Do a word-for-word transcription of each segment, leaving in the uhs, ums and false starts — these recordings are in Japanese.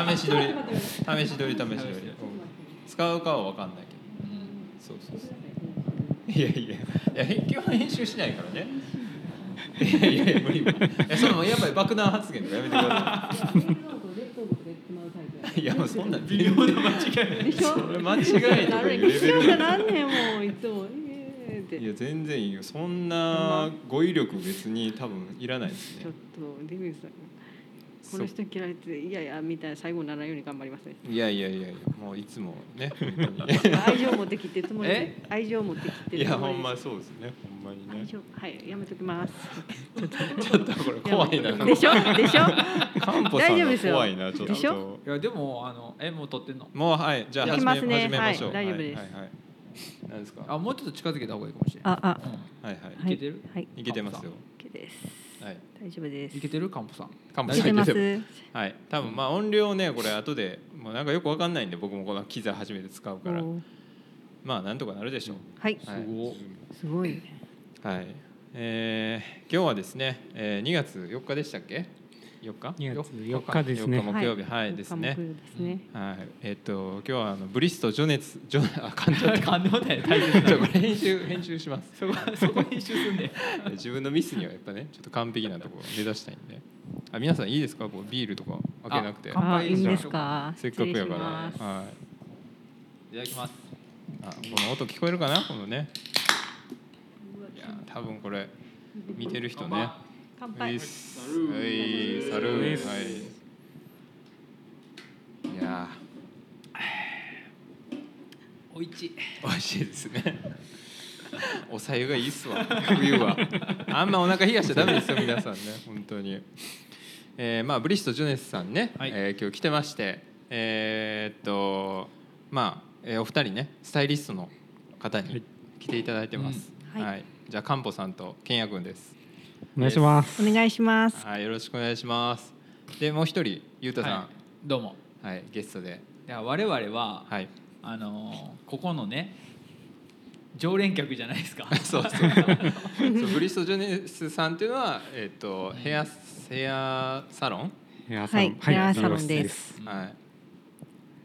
試し撮り試し撮り試し撮り使うかは分かんないけど、うん、そうそうそういやいやいや基本編集しないからねいやいやいや無理無理そのやっぱり爆弾発言とかやめてくださいいやもうそんな微妙な間違いでしょそれ間違いとかいうレベル一緒じゃなんねんもういつもいや全然いいよそんな語彙力別に多分いらないですねちょっとデビューさんこの人嫌いっていやいやみたいな最後にならないように頑張りますねいやいやいやいやもういつもね愛情持ってきてつもりで愛情持ってきていやほんまそうですねほんまにねはいやめときますちょっとこれ怖いなでしょでしょカンポさんが怖いなちょっとでしょいやでもあのえもう撮ってんのもうはいじゃあ始め、ね、始めましょう、 はい、大丈夫です、 はいはいはい、何ですかあもうちょっと近づけた方がいいかもしれないああ、 うん、 はいはいいけてる、 はい、 いけてますよ OK ですはい、 大丈夫です。 いけてるカンポさん。 カンポさんいけますはい、多分まあ音量ねこれ後でもうなんかよくわかんないんで僕もこの機材初めて使うからまあなんとかなるでしょう。 はい。 はい、 すごすごいね。 はい。えー、今日はですね、えー、にがつよっかでしたっけ？よっか？ にがつよっかですね。 よっか木曜日、はい、はい、ですね。 ですね。 はい。えっ、ー、と今日はあのブリスト序熱序あ感情感情だよ大切だ。これ編集編集します。 そこそこ編集すんで。 自分のミスにはやっぱねちょっと完璧なところを目指したいんで。あ皆さんいいですか？こうビールとか開けなくて。 あいいんですか？ せっかくやから。はい。 いただきます。 あこの音聞こえるかな？このね。いや多分これ見てる人ね。 乾杯。 はい、サルー。はい。いや。 おいちい。 美味しいですね。おさゆがいいっすわ。冬は。あんまお腹冷やしちゃダメですよ皆さんね本当に。えー、まあブリスト・ジョネスさんね、はい、えー、今日来てまして、えー、っとまあ、えー、お二人ねスタイリストの方に来ていただいてます。はい。はい、じゃあカンポさんとケンヤ君です。 お願いします。 お願いします。 はい、よろしくお願いします。でもう一人ゆうたさん、はい、 どうも。 はい、ゲストで。 いや我々は、はい、あのー、ここのね常連客じゃないですか。 そうそうそうブリスト・ジョネスさんっていうのは、えー、とヘアヘアサロンヘアサロン、 はい、ヘアサロンです。 はい。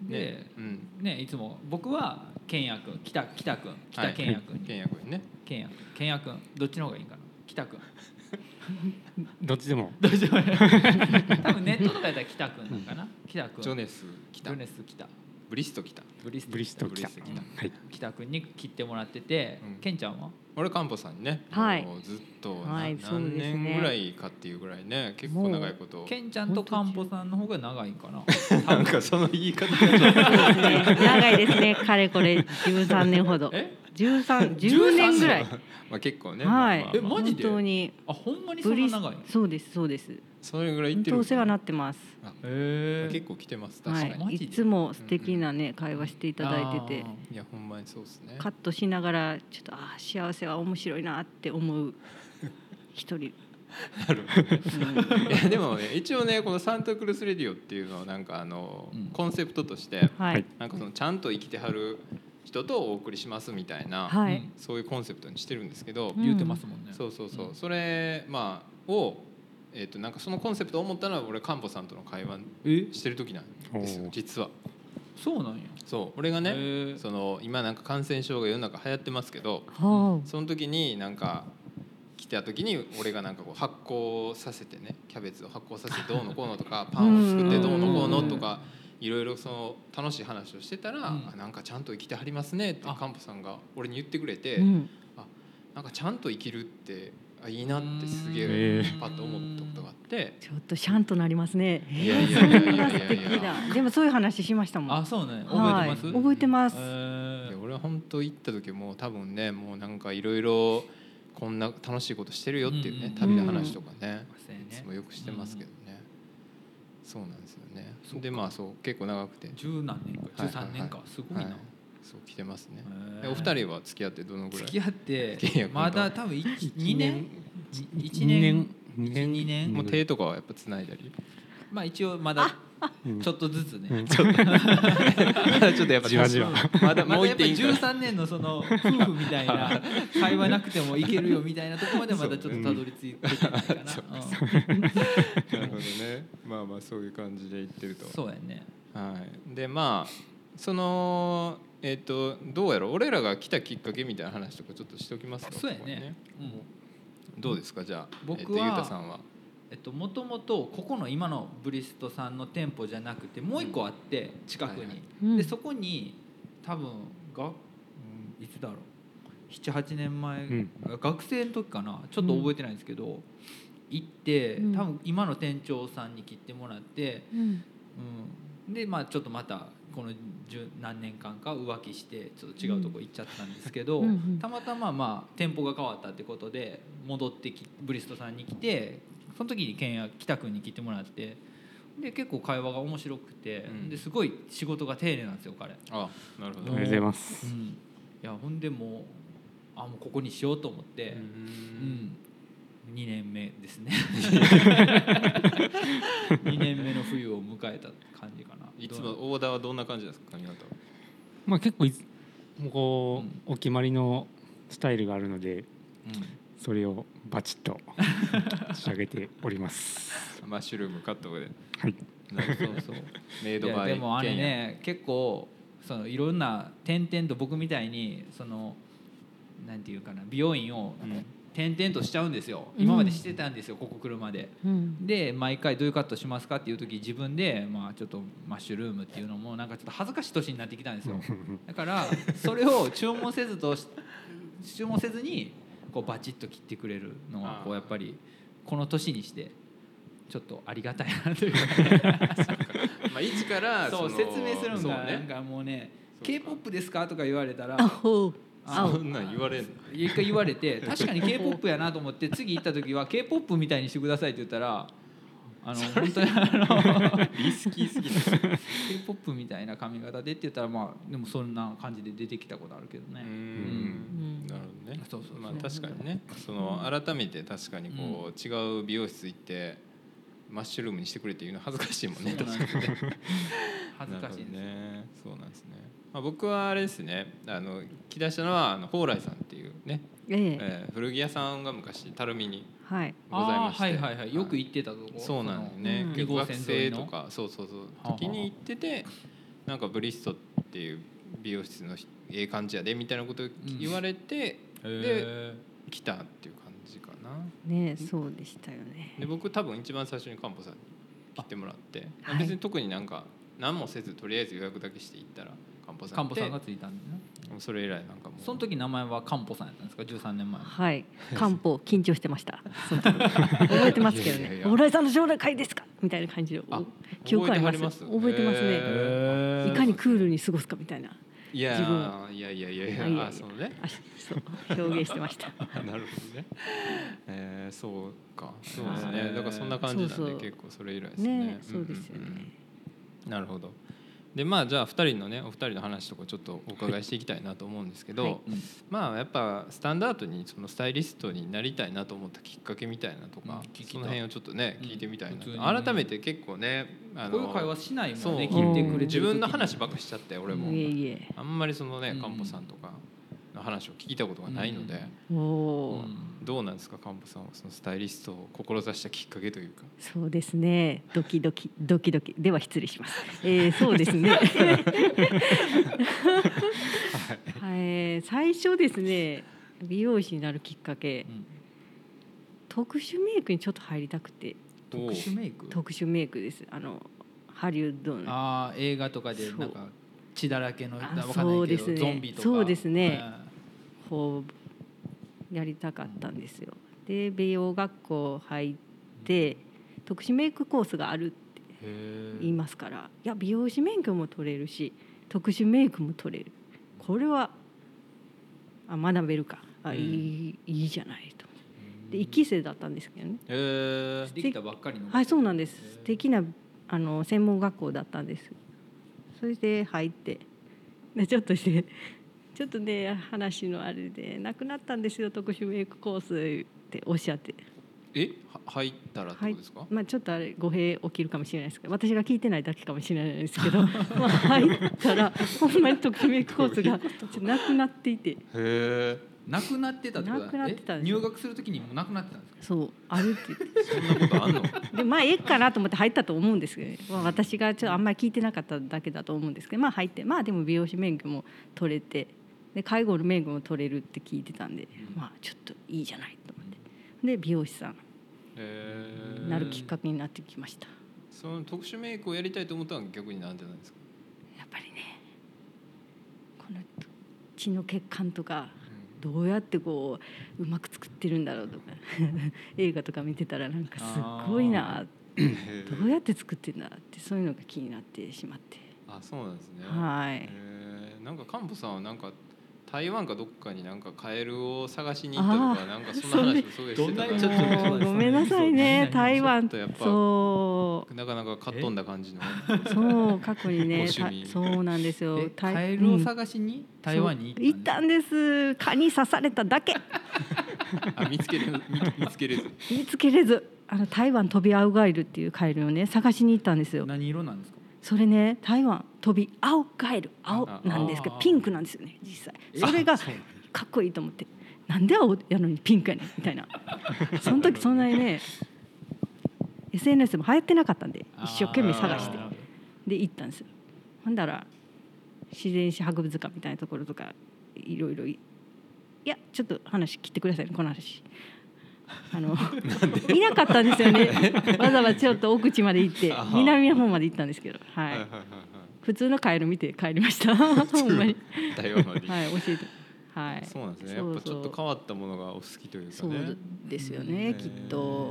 で、うんね、いつも僕はケンヤ君、北北君、北ケンヤ君、 ケンヤ君ね。 ケンヤ君、ケンヤ君、どっちの方がいいかな。北君。 どっちでも。 どっちでも。多分ネットとかやったら北君かな。北君。 ジョネス北。 ジョネス北。 ブリスト北。 ブリストブリスト北。 はい。北君に切ってもらってて、うん、ケンちゃんは？ 俺カンポさんにね、 はい、 ずっと、 はい、 何年ぐらいかっていうぐらいね、結構長いこと。 ケンちゃんとカンポさんの方が長いかな。 なんかその言い方が長いですね。かれこれじゅうさんねんほど。十三、じゅうねんぐらい。 まあ結構ね。 はい。 えマジで？ 本当に。 あほんまにそんな長いの？ そうですそうです。 それぐらい言ってる。 お世話になってます。 へえ。結構来てます確かに。 いつも素敵なね会話していただいてて。 いやほんまにそうですね。 カットしながらちょっとあ幸せは面白いなって思う一人。 なるほど、ね。いやでもね一応ねこのサンタクルスレディオっていうのはなんかあの、うん、コンセプトとして、はい、なんかそのちゃんと生きてはる人とお送りしますみたいな、はい、そういうコンセプトにしてるんですけど、 うん、言ってますもんね。 そうそうそう、うん、それまあをえっとなんかそのコンセプトを思ったのは俺カンポさんとの会話してる時なんですよ実は。 そうなんや。 そう俺がねその今なんか感染症が世の中流行ってますけど、その時になんか来た時に俺がなんかこう発酵させてねキャベツを発酵させてどうのこうのとかパンを作ってどうのこうのとかいろいろその楽しい話をしてたら、うん、なんかちゃんと生きてはりますねってカンポさんが俺に言ってくれて、うん、あなんかちゃんと生きるってあいいなってすげえパッと思ったことがあって、 ちょっとシャンとなりますね。 いやいやいやいやいや素敵だ。でもそういう話しましたもん。 あそうね。覚えてます？ 覚えてます。 えー、俺は本当行った時も多分ねもうなんかいろいろこんな楽しいことしてるよっていうね、うん、旅の話とかね、うん、いつもよくしてますけどね、うん、そうなんですよね。でまあそう結構長くて十何年かじゅうさんねんか、はい、すごいな、はい、そう来てますね。お二人は付き合ってどのぐらい？ 付き合ってまだ多分にねんいちねんにねんにねんもう手とかはやっぱつないだりまあ一応まだちょっとずつね、うん、 ちょっとまだちょっとやっぱじわじわまだもうやっぱりじゅうさんねんのその夫婦みたいな会話なくてもいけるよみたいなところまでまだちょっとたどり着いてないかな。 なるほどね。まあまあそういう感じで言ってると。 そうやね。 はい。でまあそのえっ、ー、とどうやろう、俺らが来たきっかけみたいな話とかちょっとしておきますか。 そうやね。 ね、 うん、 どうですかじゃあ。 僕は、 えー、ゆうたさんは。 えっともともとここの今のブリストさんの店舗じゃなくてもう一個あって近くに、はいはい、でそこに多分が、うん、いつだろうななはちねんまえ、うん、学生の時かなちょっと覚えてないんですけど、うん、行って多分今の店長さんに切ってもらって、うんうん、でまあちょっとまたこの十何年間か浮気してちょっと違うとこ行っちゃったんですけど、うん、たまたままあ店舗が変わったってことで戻ってきブリストさんに来てその時にケンヤ北君に来てもらってで結構会話が面白くて、うん、ですごい仕事が丁寧なんですよ彼。 あ、なるほど。 ありがとうございます、 うん、いやほんでもうあもうここにしようと思って、うんうん、にねんめですねにねんめの冬を迎えた感じかな。 いつもオーダーはどんな感じですか髪型は。 まあ結構いつもうこう、うん、お決まりのスタイルがあるので、うん、それをバチッと仕上げておりますマッシュルームカットで、 はい、 そうそうメイドバイ。でもあれね結構そのいろんな点々と僕みたいにそのなんていうかな美容院を点々としちゃうんですよ、うん、今までしてたんですよここ来るまで、うん、で毎回どういうカットしますかっていう時自分でまあちょっとマッシュルームっていうのもなんかちょっと恥ずかしい年になってきたんですよだからそれを注文せずと注文せずにこうバチッと切ってくれるのはこうやっぱりこの年にしてちょっとありがたいなというかまあ一からそう説明するのがなんかもうね K-ポップ ですかとか言われたらそんなん言われんの一回言われて確かに K-ポップ やなと思って次行った時は K-ポップ みたいにしてくださいって言ったらあの本当にあのリスキーすぎる K-ポップ みたいな髪型でって言ったらまあでもそんな感じで出てきたことあるけどね。うん、うん、 なるほどね。そうそうそう、まあ確かにねその改めて確かにこう、うん、違う美容室行ってマッシュルームにしてくれっていうのは恥ずかしいもんね。 そうなんですね恥ずかしいですね。そうなんですね。まあ、僕はあれですねあの来だしたのはあの蓬莱さんっていうね、えええー、古着屋さんが昔垂水にございまして、 はいはいはいはい、よく行ってたとこ。 そうなんですね、うん、結構学生とかそうそうそう時に行っててなんかブリストっていう美容室のええ感じやでみたいなことを言われて、うん、で来たっていう感じかな。 ねそうでしたよね。 で僕多分一番最初にかんぽさんに来てもらって、はい、別に特になんか何もせずとりあえず予約だけして行ったらかんぽさんさんがついたんだね。 それ以来なんかもうその時名前はかんぽさんやったんですかじゅうさんねんまえ。 はいかんぽ緊張してました覚えてますけどね蓬莱さんの将来会ですかみたいな感じで記憶あります。覚えてます、覚えてますね。いかにクールに過ごすかみたいな。 いや自分いやいやいやいやいやあそうねあそう表現してましたなるほどね、えー、そうかそうですね。だからそんな感じなんでそうそう結構それ以来ですね。 ねそうですよね、うんうん、なるほど。でまあじゃあふたりのねお二人の話とかちょっとお伺いしていきたいなと思うんですけど、はいうん、まあやっぱスタンダードにそのスタイリストになりたいなと思ったきっかけみたいなとか、うん、その辺をちょっとね聞いてみたいなと、うん、改めて結構ねあのこういう会話しないもんね聞いてくれて自分の話ばっかしちゃって俺も、うん、あんまりそのねかんぽさんとかの話を聞いたことがないので、うんうん、どうなんですかかんぽさんはそのスタイリストを志したきっかけというか。 そうですねドキドキドキドキでは失礼します、えー、そうですね、はい、最初ですね美容師になるきっかけ、うん、特殊メイクにちょっと入りたくて。 特殊メイク特殊メイクですあのハリウッドのあ映画とかでなんか血だらけのわかんないけどそうです、ね、ゾンビとかそうですね、こうやりたかったんですよ。で美容学校入って、うん、特殊メイクコースがあるって言いますからいや美容師免許も取れるし特殊メイクも取れるこれはあ学べるかあ、うん、いい、いいじゃないと。でいっき生だったんですけどね。 へーできたばっかりの。 はいそうなんです。素敵なあの専門学校だったんです。それで入ってでちょっとしてちょっとね話のあれでなくなったんですよ特殊メイクコースっておっしゃって。 え入ったらってことですか。 まあちょっとあれ語弊起きるかもしれないですけど私が聞いてないだけかもしれないですけどまあ入ったらほんまに特殊メイクコースがなくなっていて。へえ。 なくなってたってことなくなってたんです入学するときにもうなくなってたんですか。 そうあるって言ってそんなことあんのでまあええかなと思って入ったと思うんですけど、ね、まあ、私がちょっとあんまり聞いてなかっただけだと思うんですけど、まあ入って、まあでも美容師免許も取れてで介護の免許も取れるって聞いてたんで、まあちょっといいじゃないと思ってで美容師さんになるきっかけになってきました。 その特殊メイクをやりたいと思ったのは逆になんでなんですか。 やっぱりねこの血の血管とかどうやってこううまく作ってるんだろうとか映画とか見てたらなんかすごいなどうやって作ってんだってそういうのが気になってしまって。 あ、そうなんですね。 はい。 えー、なんかカンポさんはなんか台湾かどっかになんかカエルを探しに行ったとかなんかそんな話をすごいしてたからちょっとごめんなさいね台湾とやっぱそうなかなかかっ飛んだ感じのそう過去にねご趣味そうなんですよ。 えカエルを探しに台湾に行ったんです。蚊に刺されただけあ見つけれ見見つけれず見つけれずあの台湾飛びアオガエルっていうカエルをね探しに行ったんですよ。 何色なんですか。 それね台湾飛び青ガエル青なんですけどピンクなんですよね実際。それがかっこいいと思ってなんで青やのにピンクやねんみたいなその時そんなにね エスエヌエス も流行ってなかったんで一生懸命探してで行ったんですよ。ほんだら自然史博物館みたいなところとかいろいろいやちょっと話切ってくださいねこの話あのいなかったんですよねわざわざちょっと奥地まで行って南の方まで行ったんですけど、はい、普通のカエル見て帰りましたほんまに台湾まではい教えてはい、 そうなんですね。やっぱちょっと変わったものがお好きというかね。 そうですよね、きっと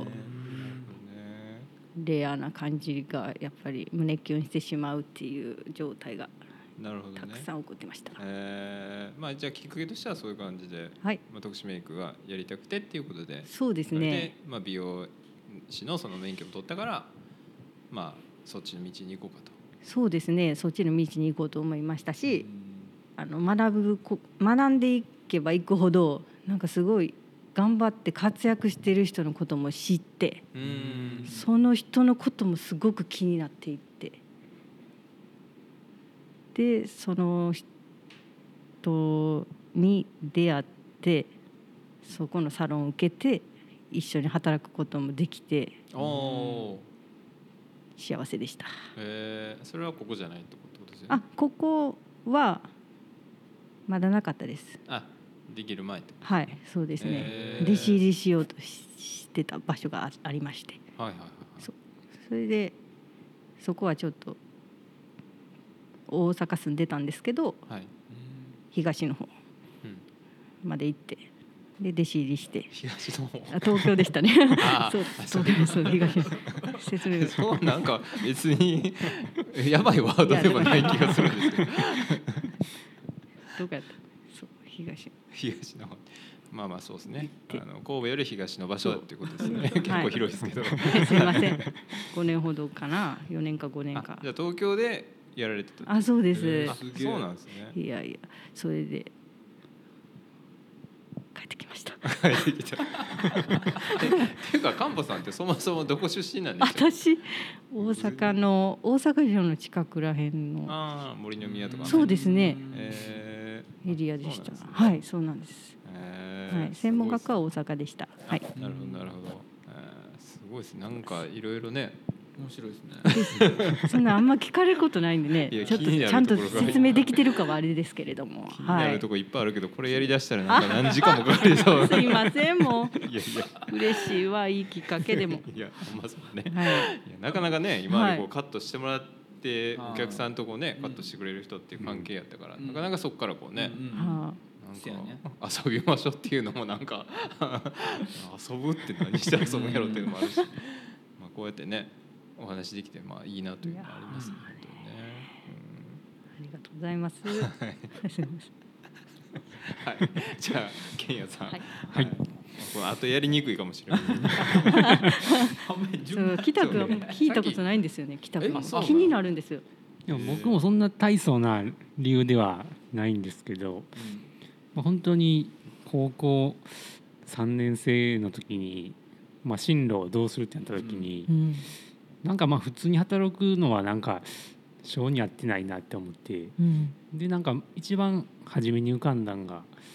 レアな感じがやっぱり胸キュンしてしまうっていう状態がなるほど、ね、 たくさん起こってました。 えーまあ、じゃあきっかけとしてはそういう感じで、 はいまあ、特殊メイクがやりたくてっていうことでそうですね。 で、まあ、美容師のその免許を取ったから、まあ、そっちの道に行こうかと。 そうですねそっちの道に行こうと思いましたし、あの学ぶこ学んでいけばいくほどなんかすごい頑張って活躍してる人のことも知ってうんその人のこともすごく気になっていってでその人に出会ってそこのサロンを受けて一緒に働くこともできてお幸せでした。 えー、それはここじゃないってことですよね。 あここはまだなかったです。 あできる前ってことですね。 はいそうですね、 えー、 弟子入りしようとしてた場所が あ, ありまして、 はいはいはい、 そ, それでそこはちょっと大阪住んでたんですけど、 はい、 東の方まで行ってで弟子入りして東の方あ東京でしたねあそう東京そう東説明そうなんか別にやばいワードでもない気がするんですけどどこやったそう東東の方まあまあそうですねあの神戸より東の場所っていうことですね結構広いですけど、はい、 すいませんごねんほどかなよねんかごねんかじゃあ東京でやられてたあそうです、 えー、そうなんですねいやいやそれで帰ってきました帰ってきたっていうかカンポさんってそもそもどこ出身なんですか。 私大阪の大阪城の近くらへんのあ森の宮とか、ね、 そうですね、 えー、エリアでした。ね、はいそうなんです、 えーはい、専門学科は大阪でした。はい、 なるほどなるほど、えー、すごいですなんかいろいろね面白いですねそんなあんま聞かれることないんでねちょっとちゃんと説明できてるかはあれですけれども気になるところいっぱいあるけど、はい、これやりだしたらなんか何時間もかかりそうすいませんもういやいや嬉しいわいいきっかけでもいやまあそうね、 はい、いやなかなかね今までこうカットしてもらってお客さんとこうねカットしてくれる人っていう関係やったから、うん、なかなかそこからこうね、うんうん、なんか遊びましょうっていうのもなんか遊ぶって何して遊ぶんやろっていうのもあるしまあこうやってねお話できてまあいいなというのがありますね。ねうん、ありがとうございます。 はい、じゃあケンヤさん、はい、 はい、 この後やりにくいかもしれない。 そう北区は聞いたことないんですよね。北区気になるんですよ。 でも僕もそんな大層な理由ではないんですけど、うん、本当に高校さんねん生の時に、まあ、進路をどうするってなった時に、うんうんなんかまあ普通に働くのはなんか性に合ってないなって思って、うん、でなんか一番初めに浮かんだんが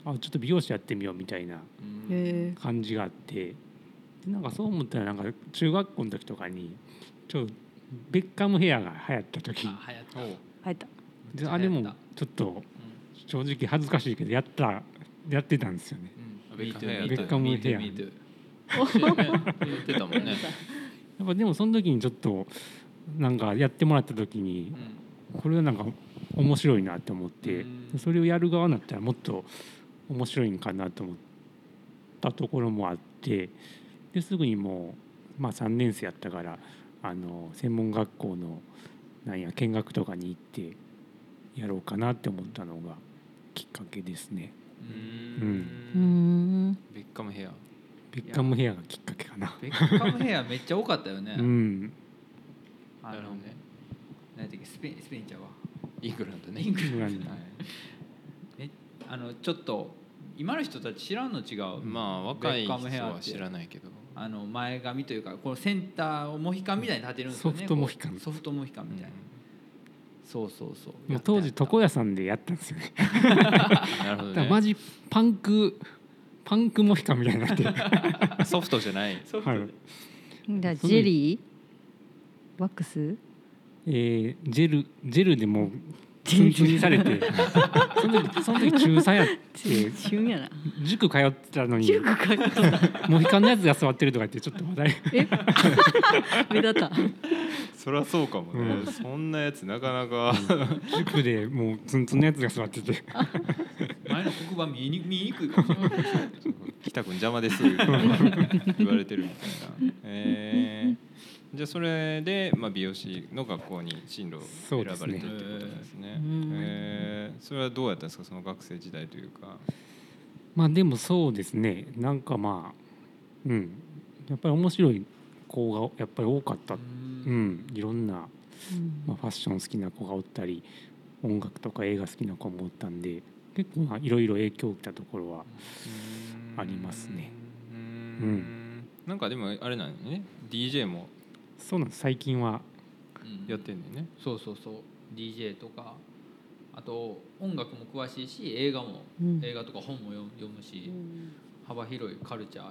あちょっと美容師やってみようみたいな感じがあって、でなんかそう思ったらなんか中学校の時とかにちょっとベッカムヘアが流行った時、 あ流行った流行ったであれもちょっと正直恥ずかしいけどやったやってたんですよね、 うん、 ベッカムヘアベッカムヘア見て言ってたもんね。 やっぱでもその時にちょっとなんかやってもらった時にこれはなんか面白いなって思って、それをやる側になったらもっと面白いんかなと思ったところもあって、ですぐにもう、まあ、さんねん生やったからあの専門学校のなんや見学とかに行ってやろうかなって思ったのがきっかけですね。 うーんうんベッカムヘアベッカムヘアがきっかけかな。 ベッカムヘアめっちゃ多かったよね。 うん、 あのなるほどね。 何やったっけスペインスペインちゃうわ。 イングランドね。 イングランドはいえあのちょっと今の人たち知らんの違う。 まあ若い人ベッカムヘアっては知らないけど、 あの前髪というかこのセンターをモヒカンみたいに立てるんですよね。 ソフトモヒカンこうソフトモヒカンみたいな。そうそうそう。 もう当時床屋さんでやったんですよね。 なるほどね。 だからマジパンクパンクモヒカンみたいになってソフトじゃない。 ソフトで、 はいじゃあジェリーワックスえー、ジェルジェルでもうツンツンにされてその時その時中さんやって旬やな塾通ってたのに中華通ったモヒカンのやつが座ってるとか言ってちょっと話題え目立ったそりゃそうかもね、 うんそんなやつなかなか塾でもうツンツンのやつが座ってて前の黒板見えに見えにくいかもしれない。 北君邪魔です言われてるみたいな、えー、じゃあそれで、まあ、美容師の学校に進路を選ばれてるってことなんですね。えー、それはどうやったんですか、その学生時代というか。 まあでもそうですね、なんかまあうんやっぱり面白い子がやっぱり多かった、うんいろんな、まあ、ファッション好きな子がおったり音楽とか映画好きな子もおったんで結構まあいろいろ影響を受けたところはありますね。 うーんなんかでもあれなんだよね、 ディージェー もそうなんです、最近はうんやってんだよね。 そうそうそう ディージェー とかあと音楽も詳しいし映画も、 うん、 映画とか本も読読むし、 うん、 幅広いカルチャーに、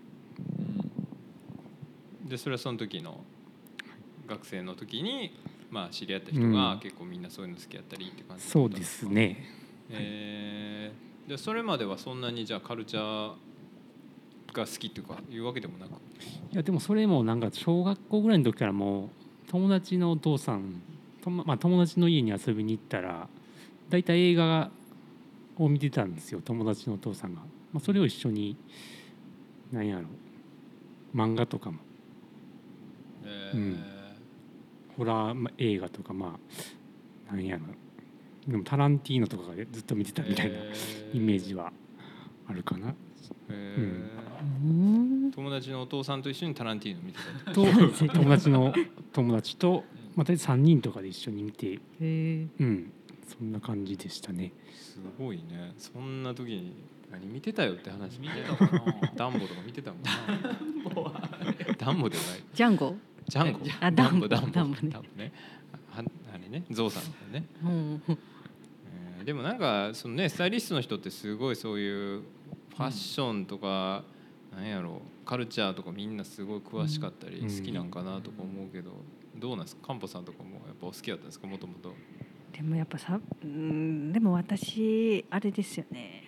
でそれはその時の学生の時に、まあ、知り合った人が結構みんなそういうの好きやったりって感じだったそうでんですか。 すね。 えー、でそれまではそんなにじゃあカルチャーが好きっていうかいうわけでもなく。 いやでもそれもなんか小学校ぐらいの時からもう友達のお父さんと、まあ、友達の家に遊びに行ったらだいたい映画を見てたんですよ、友達のお父さんが。まあ、それを一緒に何やろ漫画とかも、 えーうんホラー映画とかまあ何やろでもタランティーノとかがずっと見てたみたいなイメージはあるかな。 えーうん友達のお父さんと一緒にタランティーノ見てたと友達の友達とまたさんにんとかで一緒に見て、 へえうんそんな感じでしたね。 すごいね。そんな時に何見てたよって話見ね。 てたかなダンボとか見てたのかな。ダンボではない。 ジャンゴジャンゴ。 あダンボダンボダンボねダンボね。ああれね、ゾウさんのね。 うんえーでもなんかそのねスタイリストの人ってすごいそういうファッションとか、なんやろカルチャーとかみんなすごい詳しかったりうん好きなんかなとか思うけど、どうなんですか、カンポさんとかもやっぱお好きだったんですか、もともと。 でもやっぱさ、うんでも私あれですよね、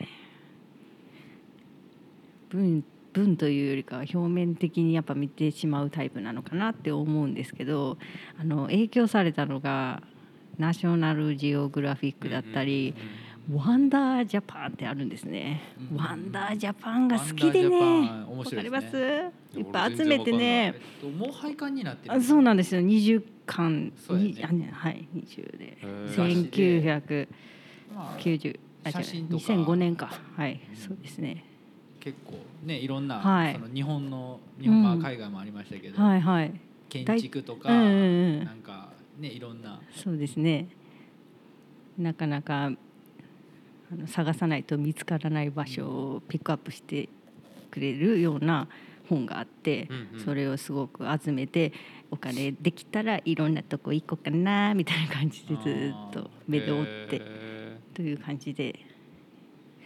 文文というよりかは表面的にやっぱ見てしまうタイプなのかなって思うんですけど、あの影響されたのがナショナルジオグラフィックだったり、ワンダージャパンってあるんですね、 うんワンダージャパンが好きでね、 ワンダージャパン面わ白いですかりますね。 いっぱい集めてえね、 っともう廃刊になってる。 あそうなんですよ、にじゅっかんそうやねにあねはいにじゅうでへーせんきゅうひゃくまあきゅうじゅうあ写真とかにせんごねんか、はいそうですね、 結構ねいろんな、 はいその日本の日本、まあ海外もありましたけど、 はいはい建築とか、 うんうんうんなんかねいろんなそうですね、なかなかあの探さないと見つからない場所をピックアップしてくれるような本があって、 うんうんそれをすごく集めて、お金できたらいろんなとこ行こうかなみたいな感じでずっと目で追ってへという感じで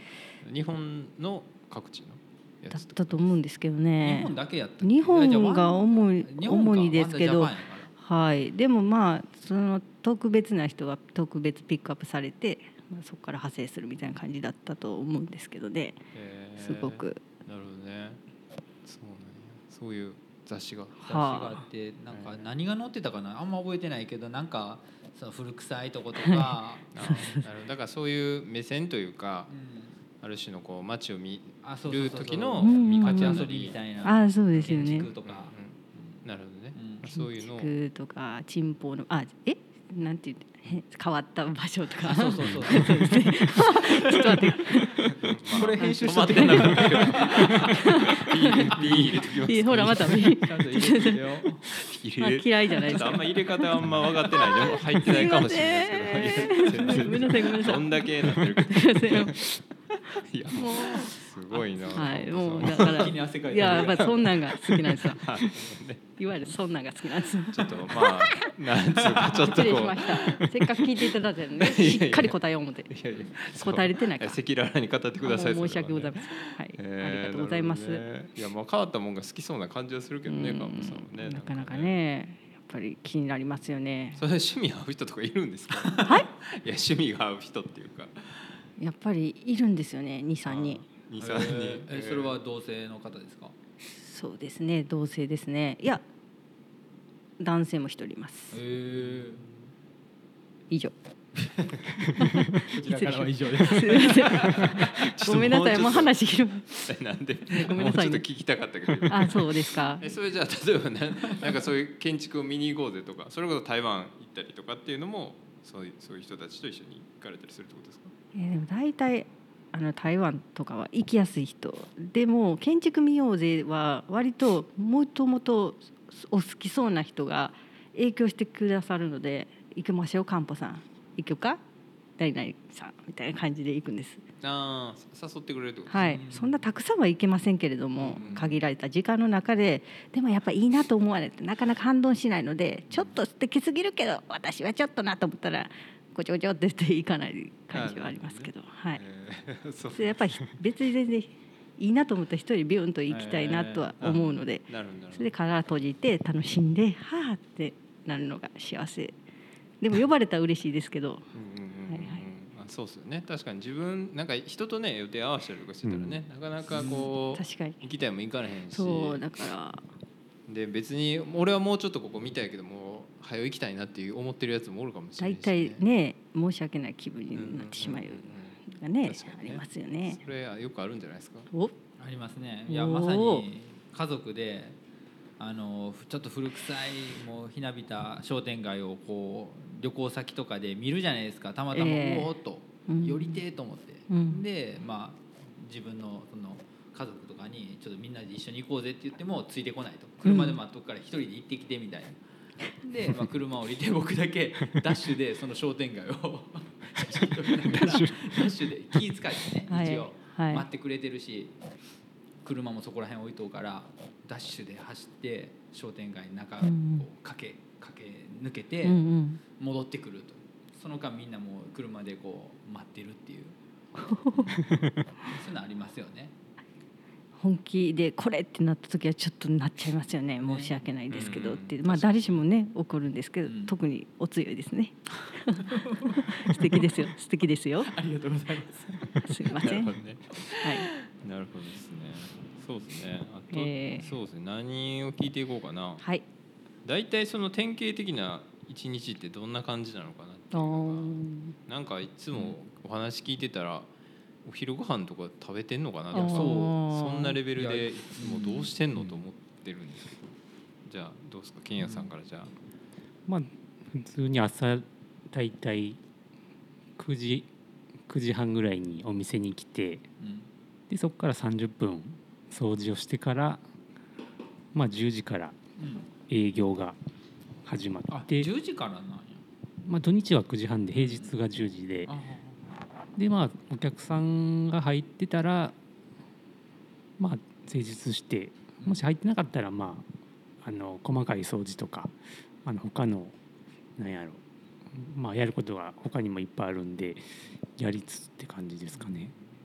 日本の各地のやだっつとかたと思うんですけどね。 日本だけやったっけ。 日本が主に日本か主にですけど、 ワンダージャパンやからはい。でもまあその特別な人は特別ピックアップされて、まあ、そこから派生するみたいな感じだったと思うんですけどね。 へーすごく。 なるほどね。そうなんや。そういう雑誌が。 雑誌があってなんか何が載ってたかなあんま覚えてないけどなんかその古臭いとことか、 あなるほど。だからそういう目線というか、 うん、 ある種のこう街を見あそうそうそうそうる時のうん見方街遊なりびみたいなああそうですよね。 建築とか、 うんなるほどね。 うんそういうのを建築とか賃報のあえなんていうへ変わった場所とか。 あそうそうそうちょっと待ってこれ編集し止まってとってなかったけど。ピーピー入れときます。 いいほらまた見ちゃんと入れてるよまあ入れ嫌いじゃないですちょっとあんか。 ま入れ方あんま分かってないでも入ってないかもしれないですけど。 ごめんなさいごめんなさいどんだけなってるけど。 もいやうすごいな。 はいもうだから一気に汗かいてるいややっぱりそんなんが好きなんですよ。 はいいわゆるそんなんが好きなんですよ。 ちょっとまあなんつうかちょっとこう失礼しました。せっかく聞いていただいたので、しっかり答えよう思っていやいや答えれてないか。 赤裸々に語ってください。 もう申し訳ございません。 せん。はい、 えーありがとうございます。 なるほどねいやまあ変わったもんが好きそうな感じはするけどね、 うんカンプさんはね。 なかなか。ね、やっぱり気になりますよね。 それ趣味合う人とかいるんですか。 はい。 いや趣味が合う人っていうか。 やっぱりいるんですよね、二三人。 二三人。 えーそれは同性の方ですか。 そうですね、同性ですね。いや、男性も一人います。 へえ以上。 こちらからは以上です。 すいません。ごめんなさい、もう話広い。 えなんで。 ごめんなさいねもうちょっと聞きたかったけど。 あ、そうですか。 えそれじゃあ例えばねなんかそういう建築を見に行こうぜとかそれこそ台湾行ったりとかっていうのもそういうそういう人たちと一緒に行かれたりするってことですか。 えーでも大体あの台湾とかは行きやすい人でも建築見ようぜは割ともともとお好きそうな人が影響してくださるので行きましょうかんぽさん行くか誰々さんみたいな感じで行くんです。 ああ誘ってくれるってことですか。 はい、そんなたくさんは行けませんけれども、 うん限られた時間の中ででもやっぱいいなと思われてなかなか反論しないのでちょっと素敵すぎるけど私はちょっとなと思ったらごちょごちょって言って行かない感じはありますけど、はい。 えーそうそれやっぱり別に全然いいなと思ったら一人ビュンと行きたいなとは思うので、 なるほどなるほどそれで殻閉じて楽しんではあってなるのが幸せでも呼ばれたら嬉しいですけどうんうんうんうんはいはいあそうですよね。確かに自分なんか人とね予定合わせたりとかしてたらね、なかなかこう確かに行きたいも行かれへんしそうだからで別に俺はもうちょっとここ見たいけども早よ行きたいなっていう思ってるやつもおるかもしれな大いし、 体ね申し訳ない気分になってしまううんうんうんがね確かにねありますよね。 それはよくあるんじゃないですか。 おありますね。いやおーまさに家族であのちょっと古臭いもうひなびた商店街をこう旅行先とかで見るじゃないですか。たまたま、 ええおおっとうん寄りてえと思って、 うんでまあ自分のその家族とかにちょっとみんなで一緒に行こうぜって言ってもついてこないと車で待っとくから一人で行ってきてみたいな。で、まあ、車降りて僕だけダッシュでその商店街を写真撮りながらダッシュで気遣ってねはい一応はい待ってくれてるし、車もそこら辺置いとうからダッシュで走って商店街の中をこうんう駆け駆け抜けてうんうん戻ってくると、その間みんなもう車でこう待ってるっていうそういうのありますよね。 本気でこれってなった時はちょっとなっちゃいますよね。 ね申し訳ないですけどって、 うんまあ誰しもね怒るんですけど、 うん特にお強いですね。素敵ですよ素敵ですよ。 ありがとうございます。 すいません。はい。 なるほどね。なるほどですね。そうですね。あと、 えーそうですね。何を聞いていこうかな。 はい。 大体その典型的な一日ってどんな感じなのかなっていおうのーがなんかいつもお話聞いてたらお昼ご飯とか食べてんのかなとかあーそんなレベルいやでいつもどうしてんのと思ってるんですけど、じゃあどうですかケンヤさんからじゃあ。 まあ普通に朝だいたいくじくじはんぐらいにお店に来てうんでそこからさんじゅっぷん掃除をしてからまあじゅうじからうん営業が始まあってじゅうじからなんや。 まあ土日はくじはんで平日がじゅうじであでまあお客さんが入ってたらまあ施術してもし入ってなかったらまああの細かい掃除とかあの他のなんやろまあやることが他にもいっぱいあるんでやりつつって感じですかね。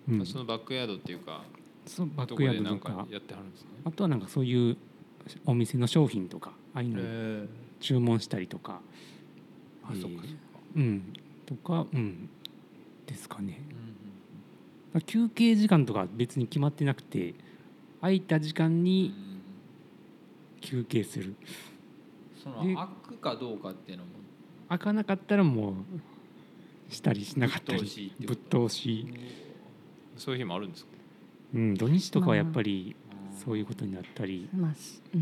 うん、 そのバックヤードっていうかそのバックヤードとかやってはるんですね。 あとはなんかそういうお店の商品とかああいうの注文したりとか、 あ、そっかそっか、 うんとかうんですかね、うん、休憩時間とか別に決まってなくて空いた時間に休憩する、 その開くかどうかっていうのも開かなかったらもうしたりしなかったりぶっ通し、 そういう日もあるんですか？ うん、土日とかはやっぱりそういうことになったり、 まあうんうん、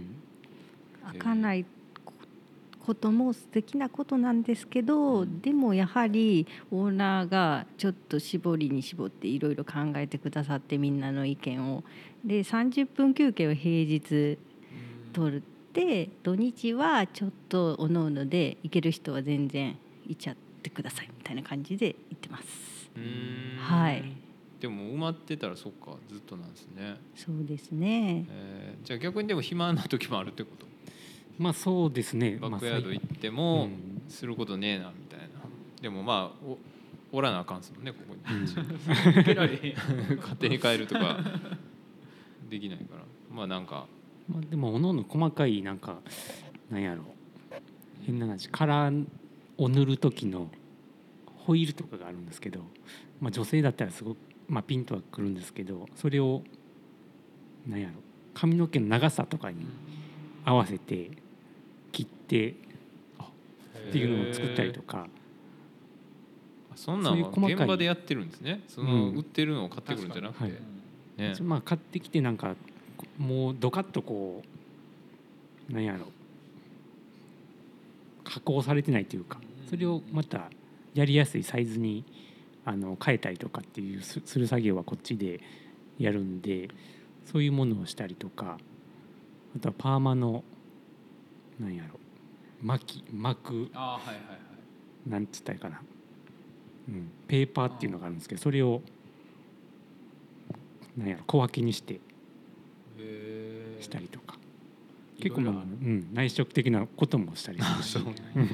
開かないことも素敵なことなんですけど、うん、でもやはりオーナーがちょっと絞りに絞っていろいろ考えてくださってみんなの意見をでさんじゅっぷん休憩を平日取って土日はちょっとおのおので行ける人は全然行っちゃってくださいみたいな感じで行ってます。 うーん、 はい。 でも埋まってたらそっかずっとなんですね。 そうですね、 えー、じゃあ逆にでも暇な時もあるってこと？ まあそうですね。 バックヤード行ってもすることねえなみたいな。でもまあ お, おらなあかんすもんねここに。うん、勝手に帰るとかできないから。まあなんか。 まあでもおのおの細かいなんかなんやろ変な話カラーを塗る時のホイールとかがあるんですけど、まあ女性だったらすごくまあピンとはくるんですけど、それをなんやろ髪の毛の長さとかに合わせて切ってっていうのを作ったりとか、 そんなんは現場でやってるんですね。その売ってるのを買ってくるんじゃなくて、はいね、まあ買ってきてなんかもうドカッとこうなんやろ加工されてないというか、それをまたやりやすいサイズにあの変えたりとかっていうする作業はこっちでやるんで、そういうものをしたりとか、あとはパーマのなんやろ巻き巻く、 あ、はいはいはい、 なんつったらいいかな、うん、ペーパーっていうのがあるんですけど、それをなんやろ小分けにしてしたりとか、結構まあ、うん、内職的なこともしたりするし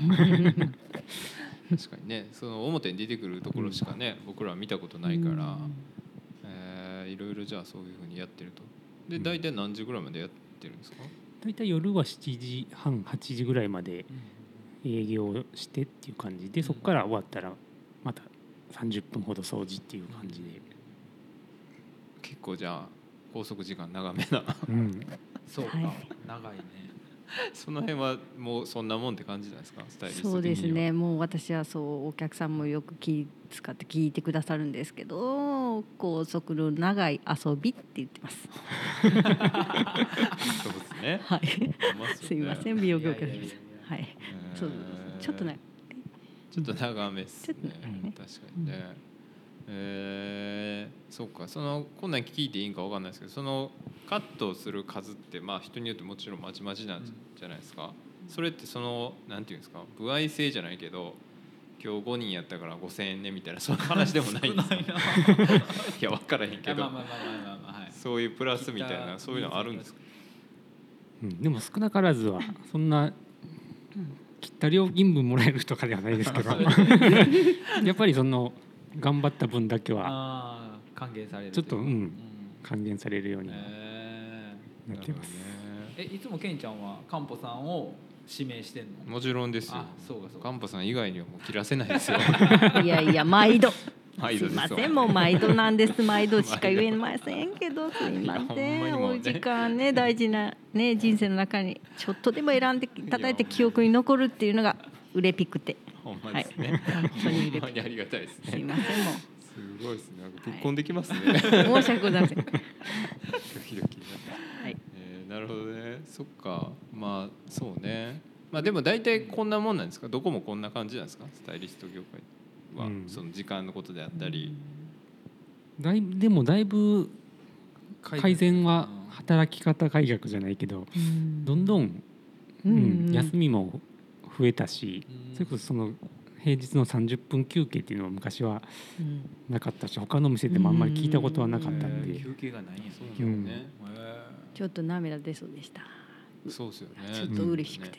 確かにね、その表に出てくるところしかね、うん、僕らは見たことないから、うん、えー、いろいろじゃあそういうふうにやってると。で大体何時ぐらいまでやってるんですか？ 大体夜はしちじはんはちじぐらいまで営業してっていう感じで、そこから終わったらまたさんじゅっぷんほど掃除っていう感じで、 結構じゃあ拘束時間長めな、 うん、 そうか、はい、長いね。 その辺はもうそんなもんって感じなんですか？スタイリスト的には。 そうですね、もう私はそうお客さんもよく気使って聞いてくださるんですけど、拘束の長い遊びって言ってます。 そうですね。 はい。すいません、美容業界です。はい。そうちょっとね。 ちょっと長めですね。 ね、 確かにね。えー、そうか、そのこんなん聞いていいんか分かんないですけど、そのカットする数ってまあ人によってもちろんまちまちなんじゃないですか。それってそのなんていうんですか、歩合制じゃないけど今日ごにんやったからごせんえんねみたいなそういう話でもないんですか？いや分からへんけど、そういうプラスみたいなそういうのあるんですか？ うん、でも少なからずはそんな切った料金分もらえるとかではないですけどやっぱりその頑張った分だけは還元されるちょっと、うん、還元されるようになってます。 えいつもケンちゃんはカンポさんを指名してんの？ もちろんですよ。 そうかそうか。 カンポさん以外にはもう切らせないですよ。 いやいや毎度。 毎度です。 すいません、もう毎度なんです。毎度しか言えませんけど、すいません。お時間ね、大事なね人生の中にちょっとでも選んでいただいて記憶に残るっていうのがうれぴくて。 ほんまですね。 本当にうれぴく。 ほんまにありがたいですね。 すいませんもう。 すごいですね。なんかぶっこんできますね。 はい、申し訳ございません。 ドキドキ。はい。えー、なるほどね。そっか。まあそうね。まあでも大体こんなもんなんですか？どこもこんな感じなんですか？スタイリスト業界は、うん、その時間のことであったり。 だいでもだいぶ改善は働き方改革じゃないけど、うん、どんどん、うん、休みも増えたし、うん、それこそその平日のさんじゅっぷん休憩っていうのは昔はなかったし、他の店でもあんまり聞いたことはなかったんで、 休憩がないんやそうね、 ちょっと涙出そうでした。 そうですよね。 ちょっと嬉しくて、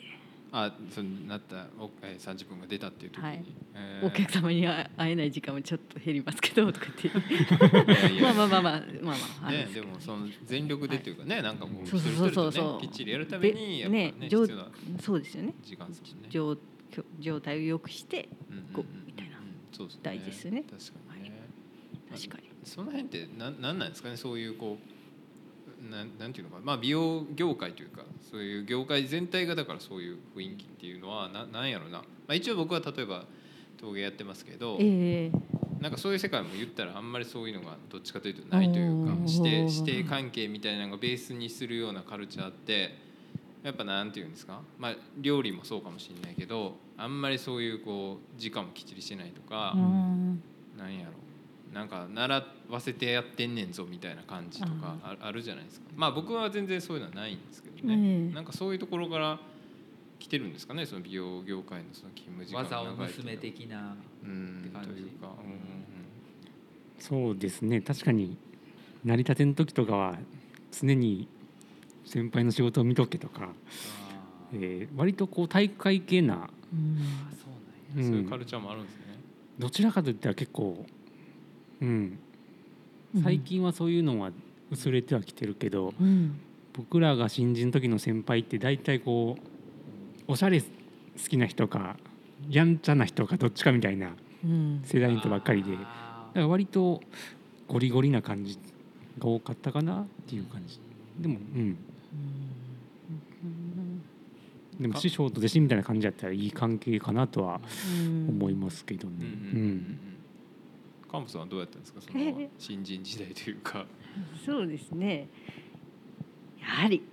あ、そのなったおえーさんじゅっぷんが出たっていう時に、 はいえーお客様に会えない時間もちょっと減りますけどとか言っていやいやまあまあまあまあまあまあね、でもその全力でっていうかね、なんかこう一そう人そうそうそう一人とねきっちりやるためにやっぱねね必要なそうですよね時間ですもんね。 状状態を良くしてうんうんうんうんこうみたいなそうですね大事ですよね確かにね。 確かにその辺ってなんなんなんですかね、そういうこうなんなんていうのかな、まあ美容業界というかそういう業界全体がだからそういう雰囲気っていうのはななんやろな。まあ一応僕は例えば陶芸やってますけど、 ええなんかそういう世界も言ったらあんまりそういうのがどっちかというとないというか、指定指定関係みたいなのがベースにするようなカルチャーってやっぱなんていうんですか、まあ料理もそうかもしれないけど、あんまりそういうこう時間もきっちりしてないとか、 うんなんやろなんか習わせてやってんねんぞみたいな感じとかああるじゃないですか。まあ僕は全然そういうのはないんですけどね、 ええなんかそういうところから来てるんですかね、その美容業界のその勤務時間技をが長いというか娘的なうんって感じというか、うんうんうんそうですね、確かに成り立ての時とかは常に先輩の仕事を見とけとか、 あーえー割とこう体育会系な、 うんあそうなんやうんそういうカルチャーもあるんですね。 どちらかといったら結構、うん、最近はそういうのは薄れてはきてるけど、 うん僕らが新人の時の先輩って大体こうおしゃれ好きな人かやんちゃな人かどっちかみたいなうん世代の人ばっかりで、だかあら割とゴリゴリな感じが多かったかなっていう感じ。でも、うん、でも師匠と弟子みたいな感じだったらいい関係かなとは思いますけどね。 うんうんうんうんカンプさんはどうやったんですか、その新人時代というか。 そうですねやはり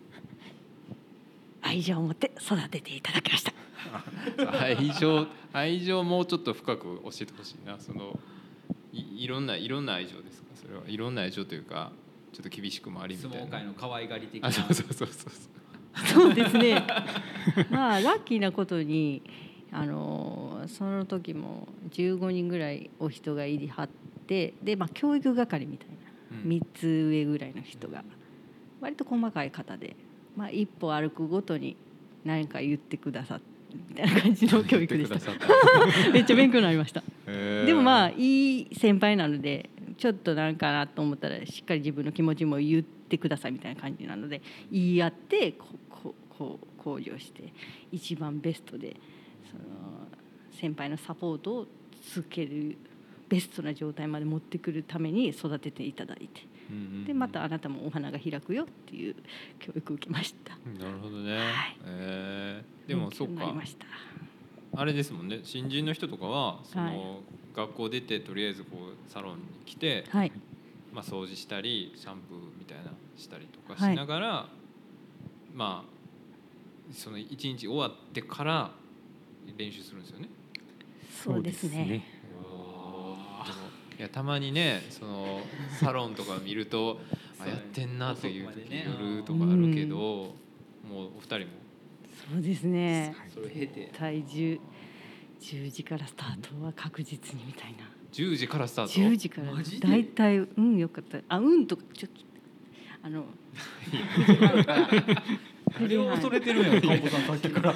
愛情を持って育てていただきました愛情愛情もうちょっと深く教えてほしいな。その い, いろんないろんな愛情ですか、それはいろんな愛情というかちょっと厳しくもありみたいな。 相撲界の可愛がり的なあそうそうそうそうそうですねまあラッキーなことにあのその時もじゅうごにんぐらいお人がいりはってで、まあ、教育係みたいなうんみっつ上ぐらいの人が割と細かい方で、まあ、一歩歩くごとに何か言ってくださってみたいな感じの教育でした言ってくださっためっちゃ勉強になりましたへーでもまあいい先輩なのでちょっとなんかなと思ったらしっかり自分の気持ちも言ってくださいみたいな感じなので言い合ってこここう向上して一番ベストでその先輩のサポートをつけるベストな状態まで持ってくるために育てていただいてうんうんうんでまたあなたもお花が開くよっていう教育を受けました。 なるほどね、 はいえーでも勉強になそうかりましたあれですもんね、新人の人とかはその、 はい学校出てとりあえずこうサロンに来て、 はいまあ、掃除したりシャンプーみたいなしたりとかしはいながら、まあその一日終わってから練習するんですよね。 そうですねそうですね。 いやたまにねそのサロンとか見るとあそうやってんなという時遅くまでね夜とかあるけど、もうお二人もそうですねそれを経て体重じゅうじからスタートは確実にみたいなじゅうじからスタート。 じゅうじからマジでだいたいうんよかったあうんとかちょっとあのくじはんからあれを恐れてるんやろカンポさんさっきから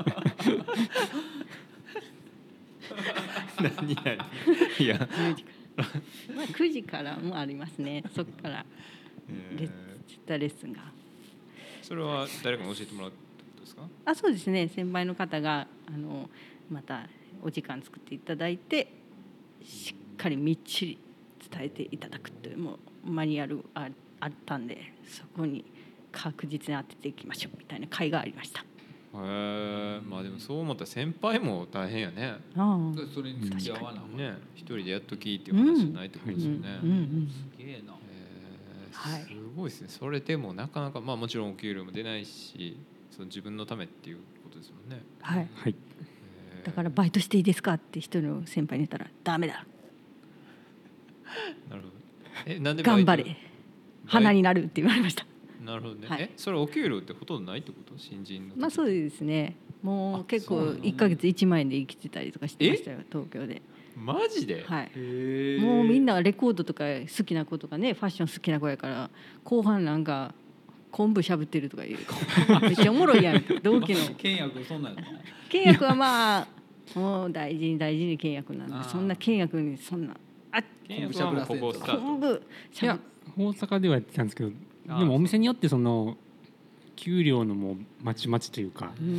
何何いや、 じゅうじからまあくじからもありますねそこからレッツレッスンがそれは誰かに教えてもらうってことですか？ あそうですね先輩の方があのまたお時間作っていただいてしっかりみっちり伝えていただくというもうマニュアルああったんでそこに確実に当てていきましょうみたいな会がありました。 へえ、まあでもそう思ったら先輩も大変やね。 あそれに付き合わなあかんね、一人でやっときっていう話じゃないってことですよね。 うんうんうんすげえなえはいーすごいですね。それでもなかなかまあもちろんお給料も出ないし、その自分のためっていうことですもんね。 はい、 はい、 えーだからバイトしていいですかって一人の先輩に言ったらダメだなるほど。え、なんでバイト頑張れ花になるって言われました。 なるほどね。 はいえ、それお給料ってほとんどないってこと？新人の時。 まあそうですねもうあ結構そうなのいっかげついちまん円で生きてたりとかしてましたよ東京で。 マジで？ はいへもうみんななレコードとか好きな子とかねファッション好きな子やから後半なんか昆布しゃぶってるとか言うめっちゃおもろいやん同期の倹約そんなんやったね倹約はまあもう大事に大事に倹約なんでそんな倹約にそんなあ倹約しゃぶらせると昆布しゃぶ大阪ではやってたんですけどでもお店によってその給料のもうまちまちというか、 うん、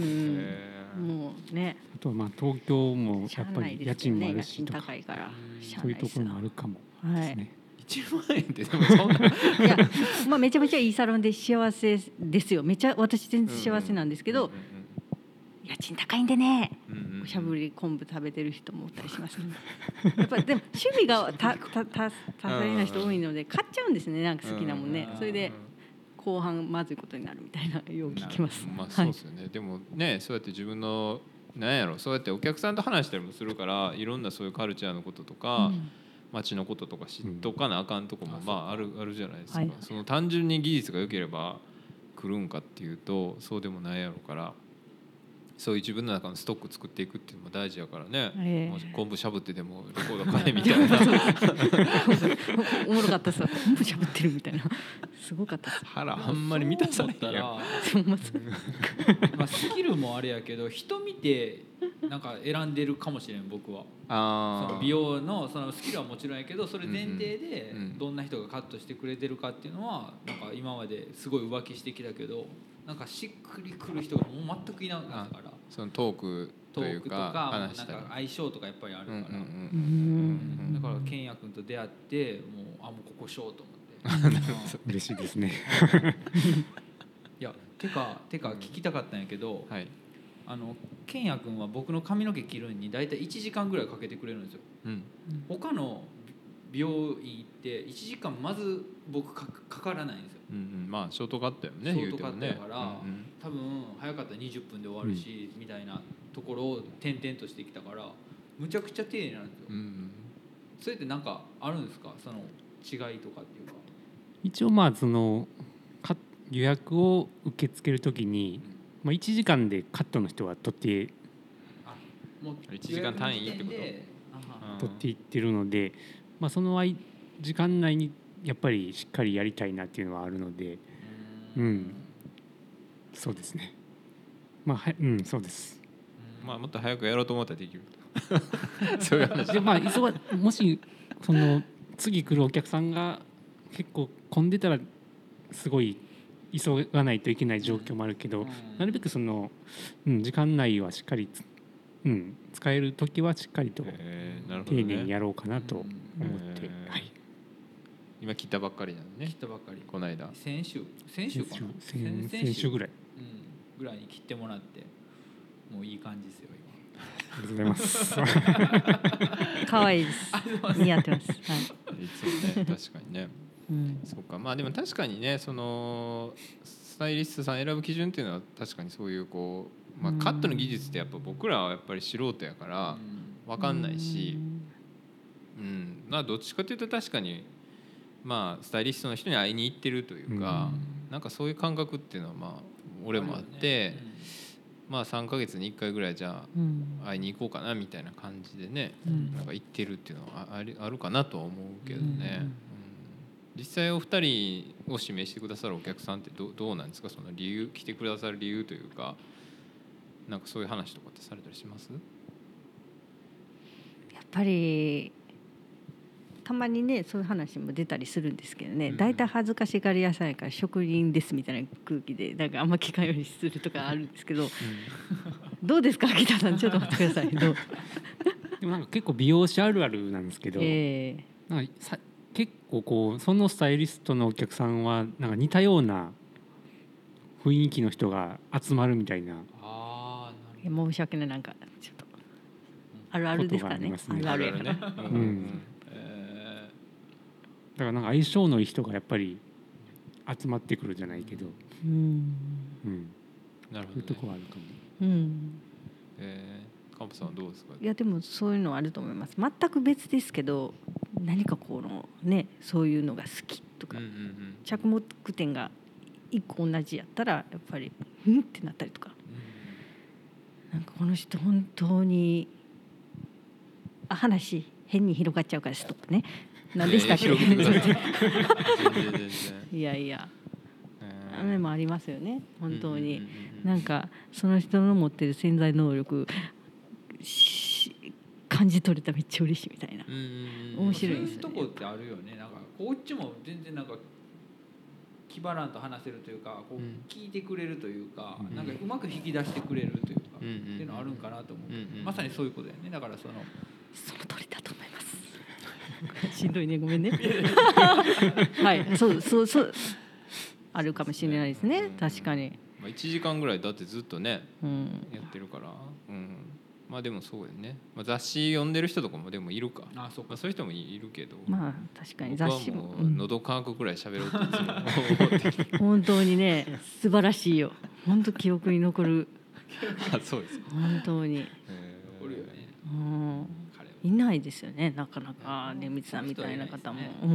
もうねあとはまあ東京もやっぱり家賃もあるしとか、 高いからそういうところもあるかもですね、はい、 いちまんえんってでもそんないや、まあ、めちゃめちゃいいサロンで幸せですよめちゃ私全然幸せなんですけど、うんうんうんうん、家賃高いんでね、うんうんうん、しゃぶり昆布食べてる人もおったりしますねやっぱでも趣味がたたた多彩な人多いので買っちゃうんですねなんか好きなもんねそれで後半まずいことになるみたいなよう聞きます。 まあそうですよね、はい、でもねそうやって自分のなんやろそうやってお客さんと話したりもするからいろんなそういうカルチャーのこととか、うん、街のこととか知っとかなあかんとこもまああるあるじゃないですか、はい、その単純に技術が良ければ来るんかっていうとそうでもないやろからそういう自分の中のストック作っていくっていうのも大事やからね、えー、もし昆布しゃぶってでもレコード買えみたいなおもろかったさ昆布しゃぶってるみたいなすごかったさ腹あんまり満たされへんやんまあスキルもあれやけど人見てなんか選んでるかもしれん僕はあその美容のそのスキルはもちろんやけどそれ前提でどんな人がカットしてくれてるかっていうのはなんか今まですごい浮気してきたけどなんかしっくりくる人がもう全くいなかったからそのトークというか話したりなんか相性とかやっぱりあるから、うんうんうん、 だから健也君と出会ってもうあもうここしようと思って嬉しいですねいやてかてか聞きたかったんやけど、はい、あの健也君は僕の髪の毛切るのに大体いちじかんぐらいかけてくれるんですよ、うん、他の美容院行っていちじかんまず僕 か, かからないんですよ、 うんうん、まあショートカットやもんねショートカットやから、 うんうん、 多分早かったらにじゅっぷんで終わるし、うん、みたいなところを転々としてきたからむちゃくちゃ丁寧なんですよ、うんうん、それってなんかあるんですかその違いとかっていうか一応まあその予約を受け付けるときに、うんまあ、いちじかんでカットの人は取ってあもういちじかん単位ってこと取っていってるので、まあ、その時間内にやっぱりしっかりやりたいなっていうのはあるのでうん、うん、そうですねまあはうんそうですまあもっと早くやろうと思ったらできるそういう話でまあ忙もしその次来るお客さんが結構混んでたらすごい急がないといけない状況もあるけど、うん、なるべくその、うん、時間内はしっかり、うん、使える時はしっかりと丁寧にやろうかなと思って、はい、 今切ったばっかりなのね切ったばっかりこの間先週先週かな先, 先週ぐらい、 うん、ぐらいに切ってもらってもういい感じですよ今ありがとうございます可愛いです似合ってます、はい、 いつもね確かにねうん、そうかまあでも確かにねそのスタイリストさん選ぶ基準っていうのは確かにそういうこう、まあ、カットの技術ってやっぱ僕らはやっぱり素人やから分かんないし、うんまあどっちかというと確かにまあスタイリストの人に会いに行ってるというかなんかそういう感覚っていうのはまあ俺もあってまあさんかげつにいっかいぐらいじゃあ会いに行こうかなみたいな感じでねなんか行ってるっていうのはあるあるかなとは思うけどね。実際お二人を指名してくださるお客さんって ど, どうなんですかその理由来てくださる理由というかなんかそういう話とかってされたりします？ やっぱりたまにねそういう話も出たりするんですけどね、うん、だいたい恥ずかしがり屋さんやから職人ですみたいな空気でなんかあんま聞かんようにするとかあるんですけど、うん、どうですか秋田さんちょっと待ってくださいどうでもなんか結構美容師あるあるなんですけど、えー、なんかさ結構こうそのスタイリストのお客さんはなんか似たような雰囲気の人が集まるみたいなあなるほど申し訳ないなんかちょっとあるあるですかねあるあるね、うんえー、だからなんか相性のいい人がやっぱり集まってくるじゃないけどうん、うん、なるほど、ね、そういうとこはあるかも、うんえー、カンプさんはどうですか？ いやでもそういうのはあると思います全く別ですけど何かこのねそういうのが好きとか、うんうんうん、着目点が一個同じやったらやっぱりうんってなったりとか、うん、なんかこの人本当にあ話変に広がっちゃうからストップね何でしたっけいやいや、 え面もありますよね本当に、うんうんうんうん、なんかその人の持ってる潜在能力感じ取れたらめっちゃ嬉しいみたいな、うんうん、面白いですね。 そういうとこってあるよね。なんかこっちも全然なんか気張らんと話せるというかこう聞いてくれるというか、うん、なんかうまく引き出してくれるというか、うんうん、っていうのあるんかなと思う、うんうん、まさにそういうことだよね。だからそのその通りだと思いますしんどいねごめんねはいそうそうそうあるかもしれないですね、うん、確かに、 まあ、いちじかんぐらいだってずっとね、うん、やってるから、うん、まあでもそうよね、まあ、雑誌読んでる人とかもでもいるか、あそうか、まあ、そういう人もいるけど、 まあ確かに雑誌も僕はもう喉乾くくらい喋ろうといつも思ってきて本当にね素晴らしいよ本当記憶に残るあそうですか本当に、 残るよね、 うん、いないですよねなかなか出光さんみたいな方も、うん、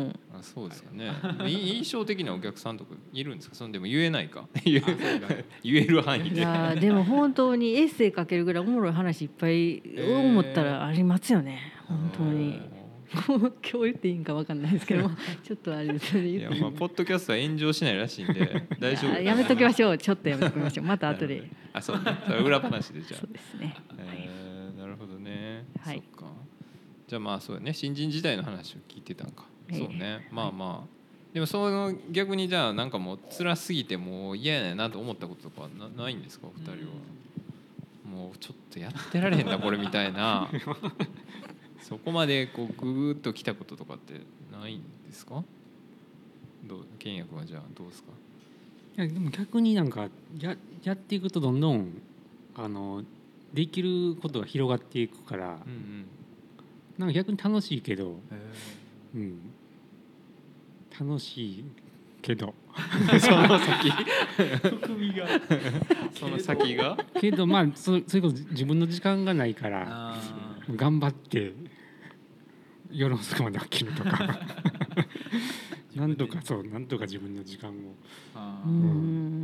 あそうですかね印象的なお客さんとかいるんですか。そのでも言えないか言える範囲で。 いやでも本当にエッセイ書けるぐらいおもろい話いっぱい思ったらありますよね、えー、本当に今日言っていいんか分かんないですけどちょっとあれですよね。 いやまあポッドキャストは炎上しないらしいんで大丈夫。 や, やめときましょうちょっとやめときましょうまた後であそうねそれ裏話でじゃあそうですね、 えー、なるほどね、 はい、 そっか。じゃあまあそうやね新人時代の話を聞いてたんか、えー、そうねまあまあ、はい、でもその逆にじゃあなんかもう辛すぎてもう嫌やなと思ったこととかは な, ないんですかお二人は。もうちょっとやってられへんなこれみたいなそこまでこうグーッときたこととかってないんですか。どう健也君はじゃあどうですか。 いやでも逆になんか や, やっていくとどんどんあのできることが広がっていくから、うんうん、なんか逆に楽しいけど、うん、楽しいけどその先含みがその先がけどまあそ, それこそ自分の時間がないから頑張って夜遅くまで起きるとかなんとかそうなんとか自分の時間を、うん、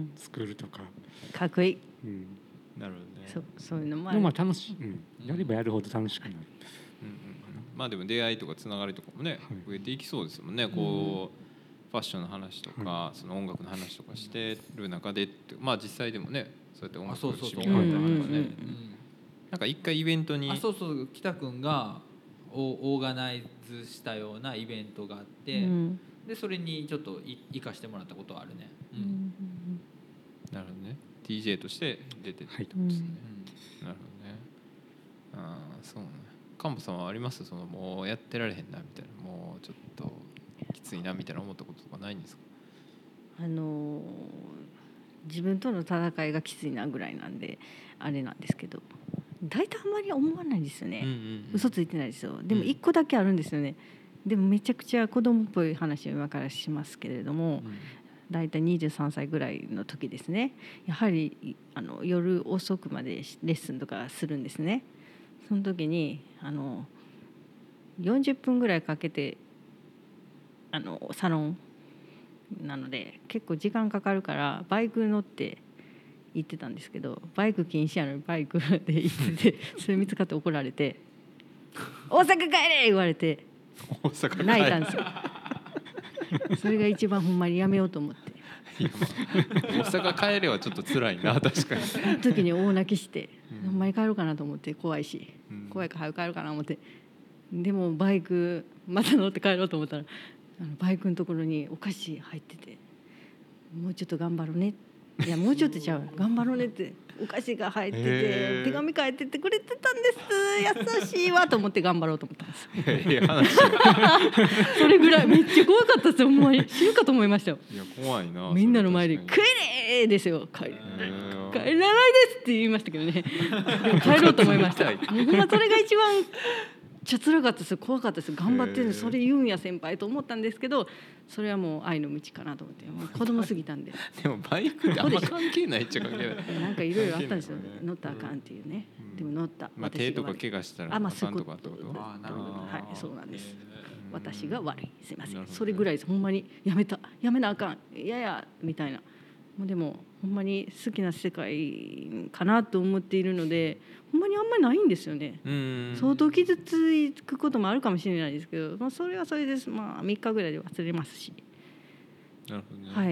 作るとかかっこいい、 うん、なるほどね。 そ, そういうのもある。でもまあ楽しい、うん、やればやるほど楽しくなる、 うんうん、まあでも出会いとかつながりとかもね、はい、増えていきそうですもんね。こう、うん、ファッションの話とか、はい、その音楽の話とかしてる中でってまあ実際でもねそうやって音楽の趣味があったりとかね、なんか一回イベントにあそうそう北くんがオーガナイズしたようなイベントがあって、うん、でそれにちょっと生かしてもらったことはあるね、うんうん、 なるほどね。 ディージェー として出てってことですね、うん、なるほどね。あそうね。神保さんはあります？そのもうやってられへんなみたいなもうちょっときついなみたいな思ったこととかないんですか。 あのー、自分との戦いがきついなぐらいなんであれなんですけど大体あんまり思わないんですよね、うんうんうん、嘘ついてないですよ。でも一個だけあるんですよね、うん、でもめちゃくちゃ子供っぽい話を今からしますけれども、うん、大体にじゅうさんさいぐらいの時ですね。やはりあの夜遅くまでレッスンとかするんですね。その時にあのよんじゅっぷんぐらいかけてあのサロンなので結構時間かかるからバイク乗って行ってたんですけどバイク禁止やのにバイクで行っててそれ見つかって怒られて大阪帰れ言われて泣いたんですよそれが一番ほんまにやめようと思っていや、まあ、大阪帰れはちょっと辛いな確かにその時に大泣きして、うん、ほんまに帰ろうかなと思って怖いし、うん、怖いから早く帰ろうかなと思ってでもバイクまた乗って帰ろうと思ったらあのバイクのところにお菓子入っててもうちょっと頑張ろうねいやもうちょっとちゃう頑張ろうねってお菓子が入ってて手紙書いてってくれてたんです優しいわと思って頑張ろうと思ったんですいやいや話それぐらいめっちゃ怖かったですよ。ほんまに死ぬかと思いましたよ。 いや怖いなみんなの前で帰れですよ帰, 帰らないですって言いましたけどねでも帰ろうと思いましたほんまそれが一番ちゃ辛かったですよ。怖かったですよ。頑張ってるそれ言うんや先輩と思ったんですけどそれはもう愛の道かなと思ってもう子供すぎたんででもバイクってあんま関係ないっちゃ関係ないなんかいろいろあったんですよ、ね、乗ったらあかんっていうね、うん、でも乗った、 まあ、手とか怪我したらあかんとかってことあなるほどはいそうなんです。私が悪いすいません、ね、それぐらいですほんまにやめたやめなあかんいやいやみたいなもうでもほんまに好きな世界かなと思っているのでほんまにあんまりないんですよね。相当傷つくこともあるかもしれないですけど、まあ、それはそれです、まあ、みっかぐらいで忘れますし。 なるほどね、 はい、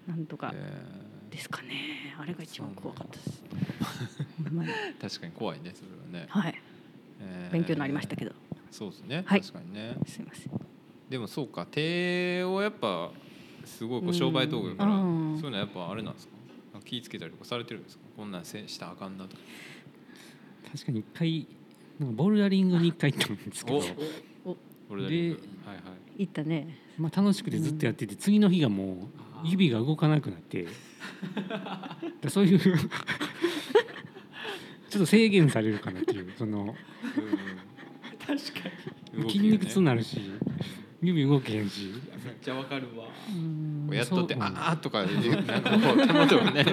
なんとかですかね。あれが一番怖かったです。 確かに怖いねそれはね。 はい、えー、勉強になりましたけど。 そうですね、 はい、 確かにね。 すいません。 でもそうか、手をやっぱすごいこう商売道具だから、うん、そういうのはやっぱあれなんですか、気ぃつけたりとかされてるんですか、こんなんしたらあかんなとか。 確かに一回なんかボルダリングに一回行ったんですけど、 おおボルダリング、 で、はいはい、行ったね。 まあ、楽しくてずっとやってて、うん、次の日がもう指が動かなくなってそういうちょっと制限されるかなっていうその、うん、 確かに筋肉痛になるし指動けへんし、 めっちゃわかるわ。 うん、やっとってああとかなんかこう手元がね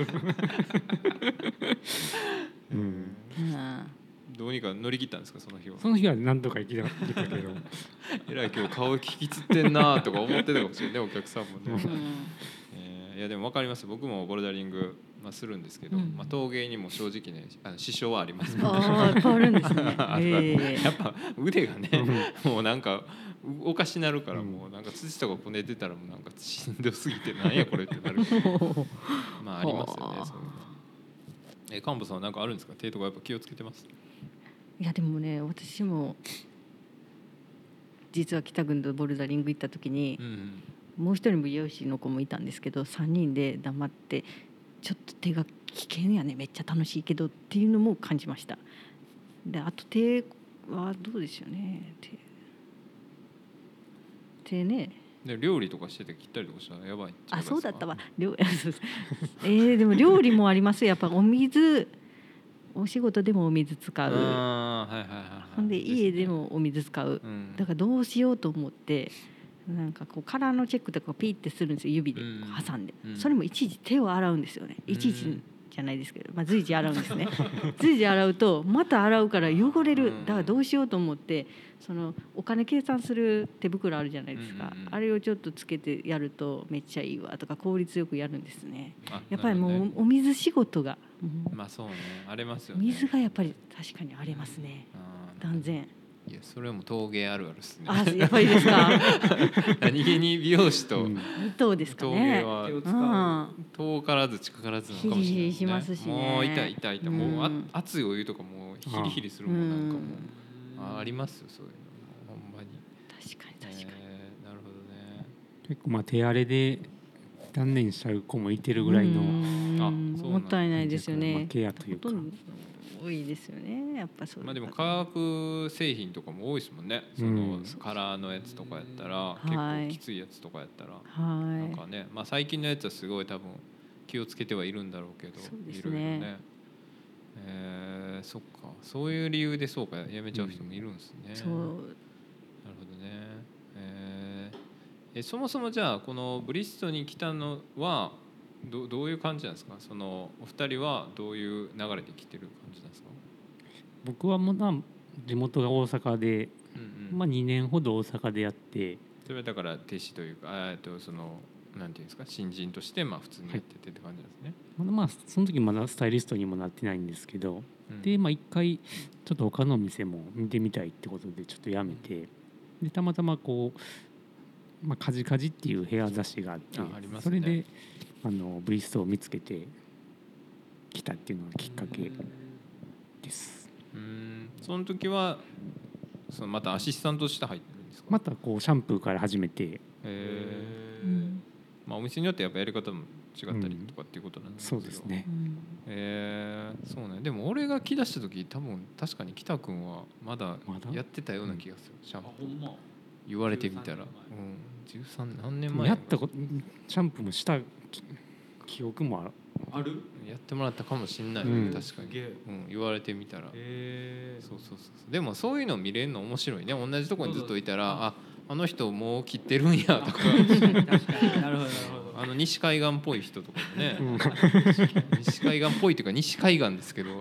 うん、どうにか乗り切ったんですかその日は。 その日は何とか生きたけどえらい今日顔引きつってんなとか思ってたかもしれないお客さんもね、うん、えー、いやでも分かります。僕もボルダリング、まあ、するんですけど、うん、まあ、陶芸にも正直ねあの支障はあります、ね、 あ変わるんですねえー、やっぱ腕がねもうなんかおかしなるからもうなんか土とかこねてたらもうなんかしんどすぎてなんやこれってなるまあありますよねそういうの。え幹部さんは何かあるんですか、手とかやっぱ気をつけてます？ いやでもね私も実は北軍とボルダリング行った時に、うんうん、もう一人美容師の子もいたんですけどさんにんで黙ってちょっと手が危険やねめっちゃ楽しいけどっていうのも感じました。であと手はどうでしょうね。手手ねで料理とかしてて切ったりとかしたらやばい。 あそうだったわ料えー、でも料理もありますやっぱお水お仕事でもお水使う、 はいはいはいはい、 ほんで家でもお水使う、うん、だからどうしようと思ってなんかこうカラーのチェックとかピーってするんですよ指で挟んで、うん、それもいちいち手を洗うんですよね。いちいちじゃないですけど、まあ、随時洗うんですね随時洗うとまた洗うから汚れる。だからどうしようと思ってそのお金計算する手袋あるじゃないですか、うんうんうん、あれをちょっとつけてやるとめっちゃいいわとか効率よくやるんですね。やっぱりもう、ね、お水仕事が、 うん、まあそうね荒れますよね。 水がやっぱり確かに荒れますね、うん、断然。 いやそれはもう陶芸あるあるですね。 あやっぱりですか何気に美容師と、うん、 陶ですかね。 陶芸は遠からず近からずのかもしれない、ね、 ヒリヒリしますしね。 もう痛い痛い痛い、うん、もうあ熱いお湯とかもうヒリヒリするもんなんかもう、うん、あ, ありますよそういうのほんまに。 確かに確かに、 えー、なるほどね。 結構まあ手荒れで断念しちゃう子もいてるぐらいのあもったいないですよね、 まあ、ケアというか多いですよねやっぱそう。 まあでも化学製品とかも多いですもんね。その、うん、カラーのやつとかやったら、はい、結構きついやつとかやったら、はい、なんかね、まあ最近のやつはすごい多分気をつけてはいるんだろうけど、 そうですね、 いろいろね。えー、そっか、そういう理由でそうかやめちゃう人もいるんですね。うん、そう。なるほどね。えー、えそもそもじゃあこのブリストに来たのは。ど, どういう感じなんですか。そのお二人はどういう流れで来てる感じなんですか。 僕はもう地元が大阪で、うんうん、まあ、にねんほど大阪でやって、 それはだから弟子というかえとそのなんていうんですか新人としてまあ普通にやっててって感じなんですね。 はい、まあその時まだスタイリストにもなってないんですけど、うん、でまあ一回ちょっと他の店も見てみたいってことでちょっとやめて、でたまたまこう、まあ、カジカジっていうヘア雑誌があって、あありますね、それであのブリストを見つけてきたっていうのがきっかけです。 うん、その時はそのまたアシスタントとして入ってるんですか。 またこうシャンプーから始めて、 へー、まあ、お店によってやっぱやり方も違ったりとかっていうことなんですけど、 うん、そうですね。 えー、そうね。でも俺が来だした時多分確かに北くんはまだやってたような気がする、うん、シャンプー言われてみたら、うん、じゅうさん何年前やったことシャンプーもした記憶もあるあるやってもらったかもしれない、うん、確かに、うん、言われてみたら、 へー、 そうそうそう。でもそういうの見れるの面白いね。同じとこにずっといたらああの人もう切ってるんやとか確かになるほどなるほど。 あの西海岸っぽい人とかもね、うん、西海岸っぽいというか西海岸ですけど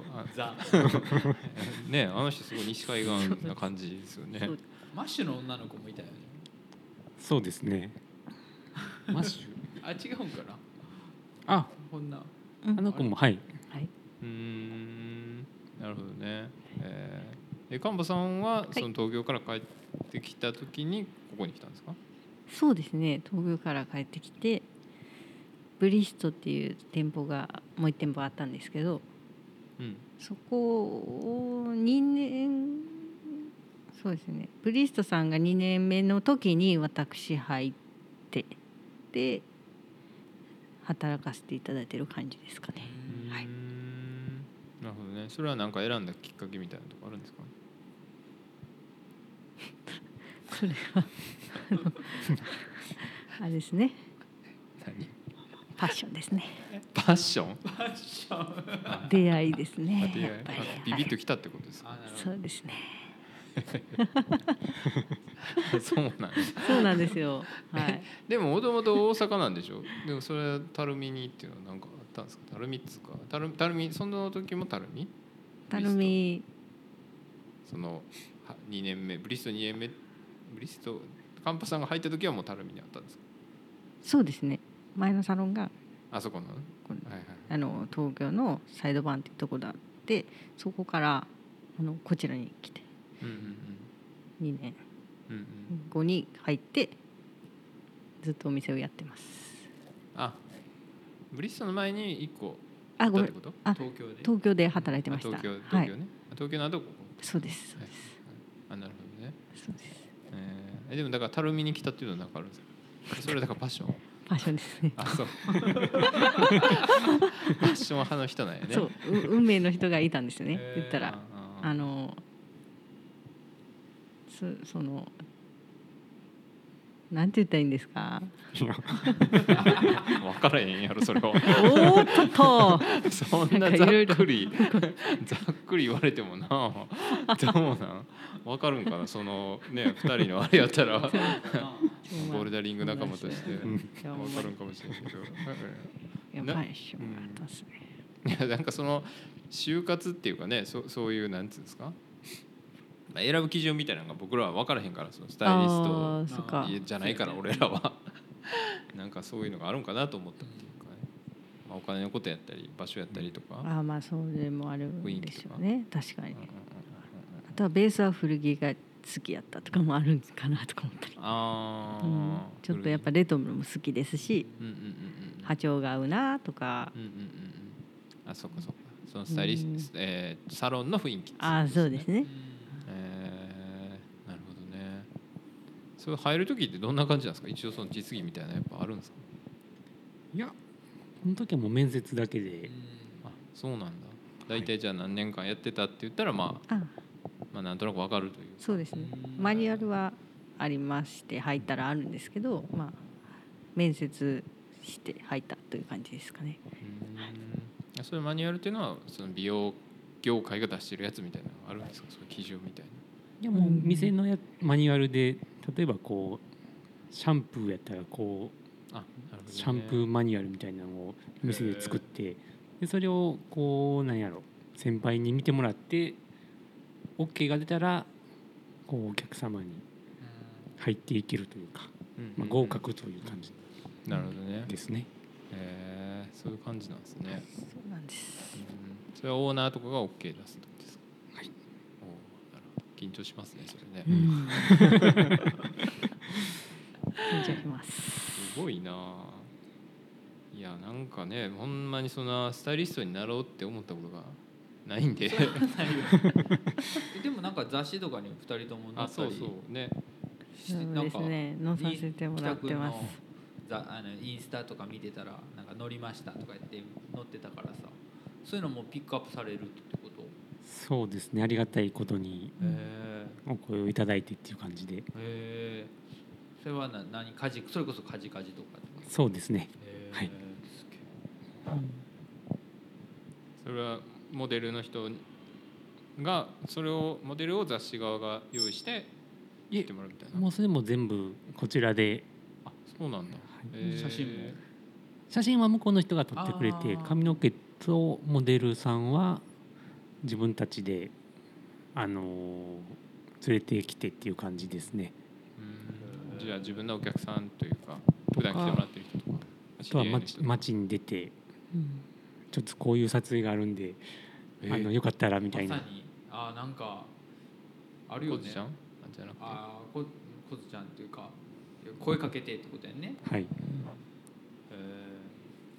ね、あの人すごい西海岸な感じですよね。 マッシュの女の子もいたよね。 そうですね。 マッシュあ違うんかな。 あこんなあの子もはい、 はい、 うーんなるほどね。えー、え神保さんはその東京から帰ってきた時にここに来たんですか。 そうですね、東京から帰ってきてブリストっていう店舗がもう一店舗あったんですけど、 うん、 そこをにねんそうですねブリストさんがにねんめの時に私入ってで働かせていただいてる感じですかね。はい、 なるほどね。それは何か選んだきっかけみたいなとこあるんですか？ それはあれですね。 何？ パッションですね。 パッション？ パッション出会いですね。 出会い、 やっぱりビビッときたってことですか？ あなるほどそうですね。 そうなんです。 そうなんですよ。はい。 でももともと大阪なんでしょ。でもそれは垂水にっていうのは何かあったんですか？垂水っつうか、垂垂水その時も垂水？ たるみそのにねんめブリストにねんめブリストカンパさんが入った時はもう垂水にあったんですか？ そうですね。前のサロンがあそこの、 このはいはい、 あの東京のサイドバンっていうところだってそこからあのこちらに来てうんうんにねんうんうんうんごに入ってずっとお店をやってます。 あ、ブリストの前にいっこあ、ごめんってこと？ あ東京で東京で働いてました。 東京東はい京ね、東京の後ここ。 そうですそうはいです、 あ、なるほどね。 そうです。 えーえでもだから垂水に来たっていうのは何かあるんですか？それだからパッション？ パッションですね。 あ、そうパッション派の人なんやね。 そうう運命の人がいたんですよね。 へー言ったらああのそそのなんて言ったらいいんですか。 分からへんやろそれは。 おーっとっとそんなざっくりざっくり言われてもな、どうなん分かるんかな、そのねふたりのあれやったらボルダリング仲間として分かるんかもしれんけど、 やっぱりしょうがなかったですね。 いやなんかその就活っていうかね、そそういうなんつうんですか、まあ、選ぶ基準みたいなのが僕らは分からへんから、そのスタイリストそっかじゃないから俺らはなんかそういうのがあるんかなと思ったっていうかね、まあ、お金のことやったり場所やったりとか、 ああまあそれもあるんでしょうね。確かに。 うんうんうんうん、 あとはベースは古着が好きやったとかもあるんかなとか思ったり。 あー、 うん、ちょっとやっぱレトロも好きですし、 うんうんうんうん波長が合うなとか。 うんうんうんうん、あ、そっかそっか、そのスタイリスト、えー、サロンの雰囲気、 ああそうですね。 えー、なるほどね。それ入る時ってどんな感じなんですか？一応その実技みたいなやっぱあるんですか？ いやこの時はもう面接だけで、 あ、そうなんだ。大体じゃあ何年間やってたって言ったら、まあ、 あまあなんとなくわかるという。 そうですね。マニュアルはありまして入ったらあるんですけど、まあ面接して入ったという感じですかね。 うーん、それマニュアルっていうのはその美容業界が出してるやつみたいなのがあるんですか？その基準みたいな。 いやもう店のやマニュアルで、例えばこうシャンプーやったらこうあ、なるほどね、 シャンプーマニュアルみたいなのを店で作って、でそれをこうなんやろ先輩に見てもらって OK が出たらこうお客様に入っていけるというか、まあ、合格という感じなるほどね。 ですね。 へえ、そういう感じなんですね。 そうなんです。 うん、それはオーナーとかが OK 出すってことですか？ はい。 お、なるほど。緊張しますねそれね。 うん、緊張します。 すごいな。いやなんかね、ほんまにそんなスタイリストになろうって思ったことがないんで。 でもなんか雑誌とかにふたりとも載あ、そうったりそうね。 そうですね。載させてもらってます。 ザあのインスタとか見てたらなんか載りましたとか言って載ってたからさ、そういうのもピックアップされるってこと？ そうですね、ありがたいことにお声をいただいてっていう感じで。 へえ。それはな何カジそれこそカジカジとか？ そうですね。はい。 すげえ。 それはモデルの人がそれをモデルを雑誌側が用意してやってもらうみたいな。 もうそれも全部こちらで。 あ、そうなんだ。 写真も写真は向こうの人が撮ってくれて、髪の毛とモデルさんは自分たちであの連れてきてっていう感じですね。 うん、じゃあ自分のお客さんというか普段来てもらってる人とか、 あとは街街に出て、うん、ちょっとこういう撮影があるんで、えー、あのよかったらみたいな。 まさにあなんかあるよね。 コズちゃんじゃなくて、 あこコズちゃんっていうか声かけてってことやね。 はい。 え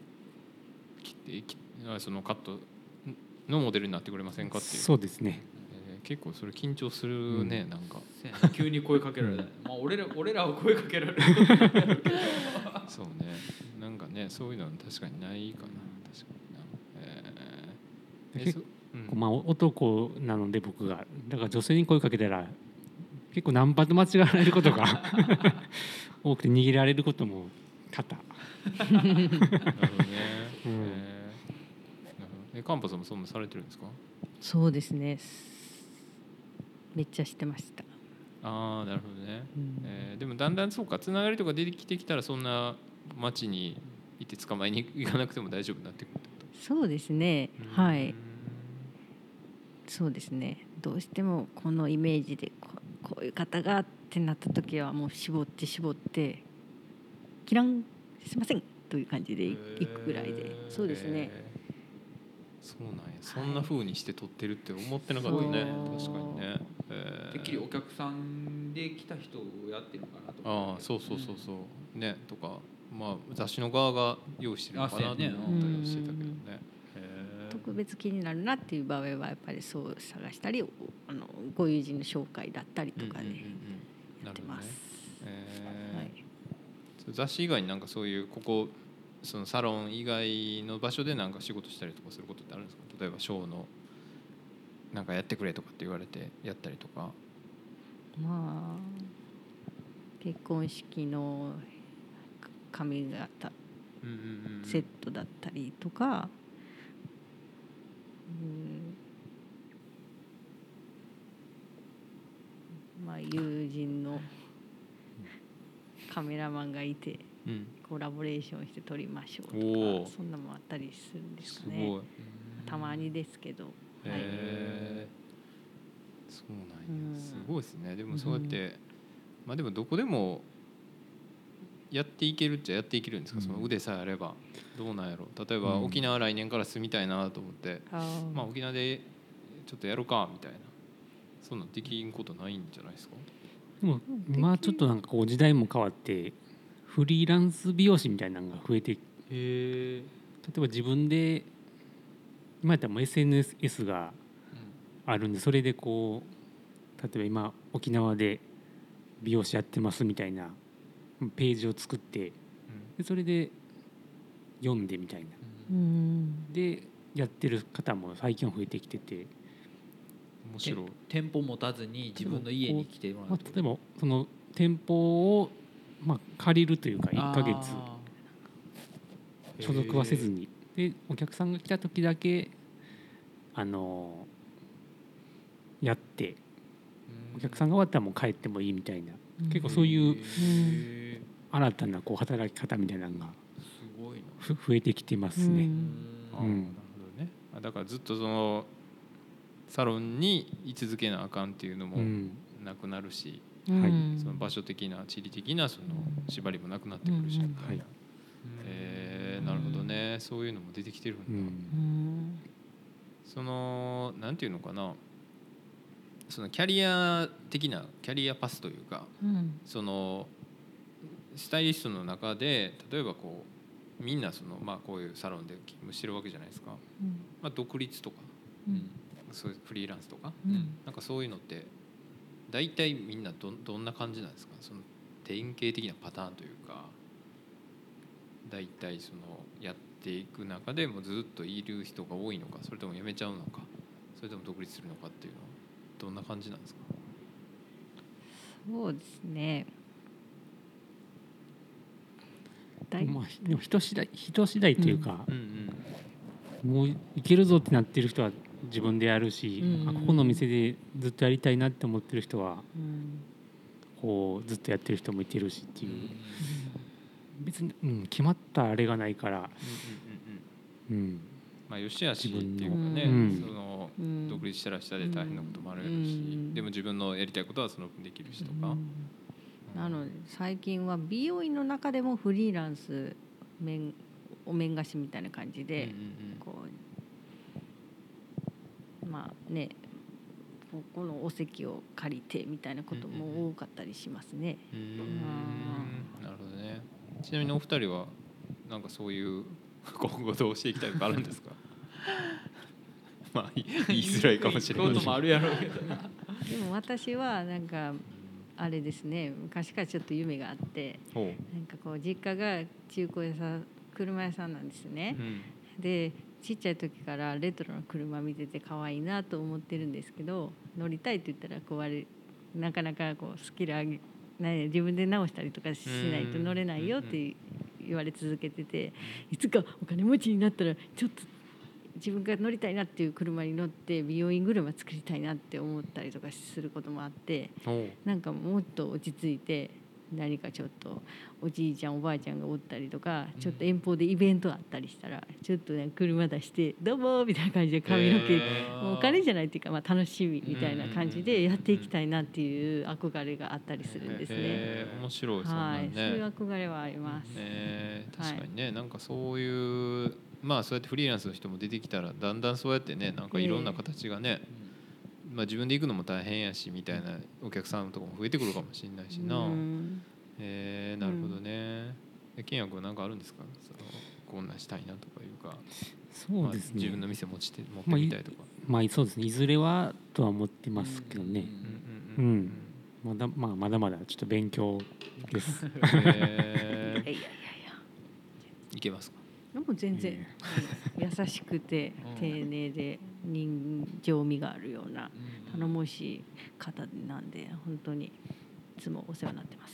でそのカットのモデルになってくれませんかっていう。 そうですね。 えー、結構それ緊張するね、うん、なんか急に声かけられた、まあ俺ら俺らは声かけられるそうね、なんかねそういうのは確かにないかな、確かにな。 えー、結構、うん、まあ男なので僕がだから女性に声かけたら結構ナンパと間違われることが多くて逃げられることも多々。 なるほどね。うん、えー、えカンパさんもそんなされてるんですか？ そうですね。めっちゃ知ってました。 ああ、なるほどね。うん、えー、でもだんだんそうか、つながりとか出てきてきたらそんな街に行って捕まえに行かなくても大丈夫になってくるってこと？ そうですね。はい。そうですね。どうしてもこのイメージで こ, こういう方がってなった時はもう絞って絞ってキランしませんという感じでいくぐらいで、そうですね。 そうなんや。そんな風にして撮ってるって思ってなかったね。確かにね。 えー、てっきりお客さんで来た人をやってるのかなと思って。ああ、そうそうそうそう、うん、ねとか、まあ雑誌の側が用意してるのかなと思ったりはしてたけどね。 特別気になるなっていう場合はやっぱりそう探したり、あのご友人の紹介だったりとかでやってます。 雑誌以外になんかそういうここそのサロン以外の場所でなんか仕事したりとかすることってあるんですか？例えばショーのなんかやってくれとかって言われてやったりとか。 まあ結婚式の髪型セットだったりとか、うん、まあ友人のカメラマンがいて、うん、コラボレーションして撮りましょうとか、そんなもあったりするんですかね。すごい。たまにですけど。へ、はい、 そうなんや、すごいですね。でもそうやって、うん、まあでもどこでもやっていけるっちゃやっていけるんですか、うん、その腕さえあれば。どうなんやろ。例えば沖縄来年から住みたいなと思って、うん、まあ沖縄でちょっとやろうかみたいな、そんなんできんことないんじゃないですか。 でも今ちょっとなんかこう時代も変わってフリーランス美容師みたいなのが増えて、へえ、例えば自分で今やったらもう エスエヌエス があるんで、それでこう例えば今沖縄で美容師やってますみたいなページを作って、でそれで読んでみたいな、うん、でやってる方も最近増えてきてて、 面白い。店舗持たずに自分の家に来てもらう。 でもその店舗をまあ借りるというかいっかげつ所属はせずに、でお客さんが来た時だけあのやって、お客さんが終わったらもう帰ってもいいみたいな、結構そういう新たなこう働き方みたいなのが増えてきてますね。うん、 うん、なるほどね。だからずっとそのサロンに居続けなあかんっていうのもなくなるし、うん、その場所的な地理的なその縛りもなくなってくるし、うん、はい、えー、なるほどね。そういうのも出てきてるんだ。うん、そのなんていうのかな、そのキャリア的なキャリアパスというか、うん、そのスタイリストの中で例えばこうみんなその、まあ、こういうサロンで勤務してるわけじゃないですか、うん、まあ、独立とか、うん、そういうフリーランスとか、うん、なんかそういうのって大体みんな ど, どんな感じなんですか？その典型的なパターンというか、大体そのやっていく中でもずっといる人が多いのか、それとも辞めちゃうのか、それとも独立するのかっていうのはどんな感じなんですか？ そうですね、 まあ、でも人次第人次第というか、うんうん、もういけるぞってなってる人は自分でやるし、うんうん、あここの店でずっとやりたいなって思ってる人は、うん、こうずっとやってる人もいてるしっていう、うん、別に、うん、決まったあれがないから、うんうんうんうん、 まあよしあしっていうかね、うん、その独立したら下で大変なこともあるし、うん、でも自分のやりたいことはその分できるしとか、うん、 なので最近は美容院の中でもフリーランス面お面貸しみたいな感じで、うんうんうん、こうまあねここのお席を借りてみたいなことも多かったりしますね。 うんうんうん、なるほどね。ちなみにお二人はなんかそういう今後どうしていきたいとかあるんですか？まあ言いづらいかもしれない。 こともあるやろうけどな。 でも私はなんかあれですね、昔からちょっと夢があって、なんかこう実家が中古屋さん、車屋さんなんですね、うん、でちっちゃい時からレトロな車見てて可愛いなと思ってるんですけど、乗りたいって言ったら壊れなかなかこうスキル上げない自分で直したりとかしないと乗れないよって言われ続けてて、いつかお金持ちになったらちょっと自分が乗りたいなっていう車に乗って美容院車作りたいなって思ったりとかすることもあって、なんかもっと落ち着いて何かちょっとおじいちゃんおばあちゃんがおったりとか、ちょっと遠方でイベントあったりしたらちょっとね車出してどうもみたいな感じで髪の毛、もうお金じゃないっていうか、まあ楽しみみたいな感じでやっていきたいなっていう憧れがあったりするんですね。 えー、面白いですね。はい、 そういう憧れはあります。 えー、確かにね、はい、なんかそういうまあそうやってフリーランスの人も出てきたらだんだんそうやってね、なんかいろんな形がね、えー、まあ自分で行くのも大変やしみたいなお客さんとかも増えてくるかもしれないしな。うん、えー、なるほどね。うん、金也君は何かあるんですか？そのこんなんしたいなとかいうか。 そうですね。まあ、 自分の店持ちて持ってみたいとか。 まあ、まあ、そうですね。いずれはとは思ってますけどね。うん。うんうん、まだまあまだまだちょっと勉強です。 えー、いやいやいや。いけますか？ もう全然、えー、優しくて丁寧で人情味があるような頼もしい方なんで、本当にいつもお世話になってます。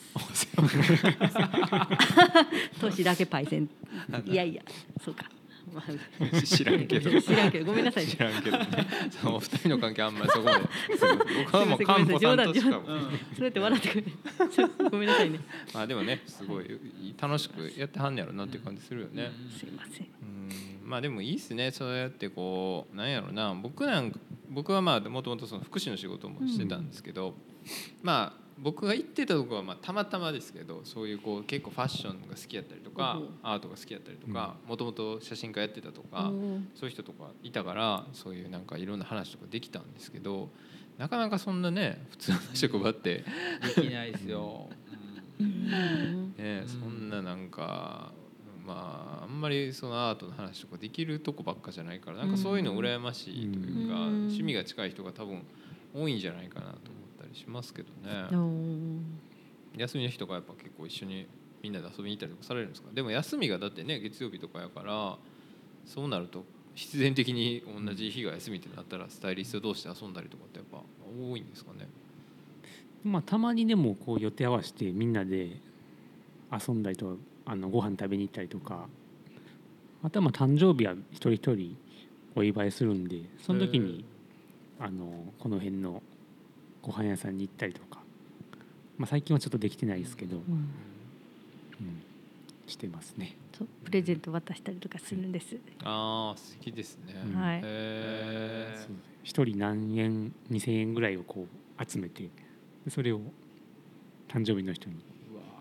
年だけパイセン。いやいや、そうか。まあ、知らんけど知らんけどごめんなさい、ね、 知らんけどね。その二人の関係あんまりそこまで僕はもう漢方さんとしかも、うん、 そうやって笑ってくれごめんなさいね。 まあでもね、すごい楽しくやってはんねやろなっていう感じするよね。 うん、すいません。 うん、まあでもいいっすね。そうやってこうなんやろうな、僕なんか僕はまあもともとその福祉の仕事もしてたんですけど、うん、まあ僕が行ってたところはまあたまたまですけど、そういうこう結構ファッションが好きやったりとか、アートが好きやったりとか、もともと写真家やってたとか、そういう人とかいたから、そういうなんかいろんな話とかできたんですけど、なかなかそんなね普通の職場ってできないですよ。 ね、そんななんかまああんまりそのアートの話とかできるとこばっかじゃないから、なんかそういうの羨ましいというか、趣味が近い人が多分多いんじゃないかなと思ったりしますけどね。休みの日とかやっぱ結構一緒にみんなで遊びに行ったりとかされるんですか？でも休みがだってね月曜日とかやから、そうなると必然的に同じ日が休みってなったらスタイリスト同士で遊んだりとかってやっぱ多いんですかね？ まあたまにでもこう予定合わせてみんなで遊んだりとか、あのご飯食べに行ったりとか、あとはまあ誕生日は一人一人お祝いするんで、その時にあのこの辺のご飯屋さんに行ったりとか、まあ、最近はちょっとできてないですけど、うんうん、してますね。 そうプレゼント渡したりとかするんです。 ああ素敵ですね。 うん、はい。 一人何円にせんえんぐらいをこう集めて、それを誕生日の人に。 うわ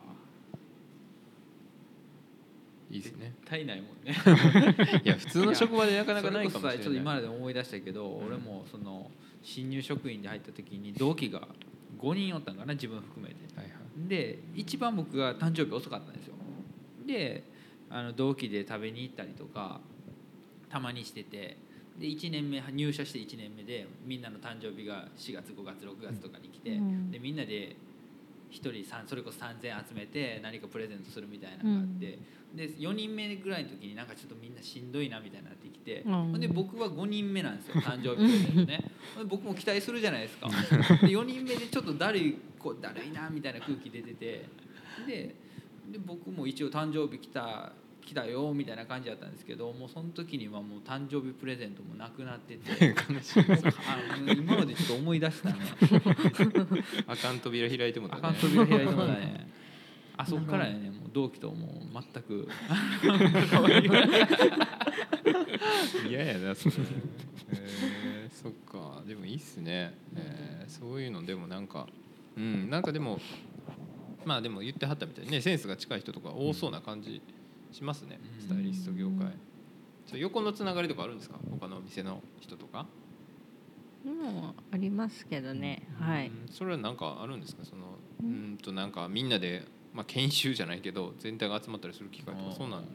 いいですね。 絶対ないもんね。 いや普通の職場でなかなかないかもしれない。 ちょっと今まで思い出したけど、うん、俺もその新入職員で入った時に同期がごにんおったんかな、自分含めて、はいはい、で一番僕が誕生日遅かったんですよ。であの同期で食べに行ったりとかたまにしてて、でいちねんめ入社していちねんめでみんなの誕生日がしがつごがつろくがつとかに来て、うん、でみんなでひとりそれこそさんぜんえん集めて何かプレゼントするみたいなのがあって、うん、でよにんめぐらいの時になんかちょっとみんなしんどいなみたいになってきて、うん、で僕はごにんめなんですよ、誕生日プレゼントね。僕も期待するじゃないですか。でよにんめでちょっとだるいこうだるいなみたいな空気出てて、でで僕も一応誕生日来た来たよみたいな感じだったんですけど、もうその時にはもう誕生日プレゼントもなくなってて悲しいあ今のでちょっと思い出したね。 アカウント扉開いてもたね。アカウント扉開いてもたね。あそこからやね、もう同期ともう全く嫌やなそれ。えー、そっか、でもいいっすね、えー、そういうのでもなんかうんなんかでもまあでも言ってはったみたいにね、センスが近い人とか多そうな感じしますね、スタイリスト業界。ちょ横のつながりとかあるんですか、他の店の人とか？ もうありますけどね、うん、はい。 それは何かあるんですか、そのうんとなんかみんなで、まあ、研修じゃないけど全体が集まったりする機会とかそんなんと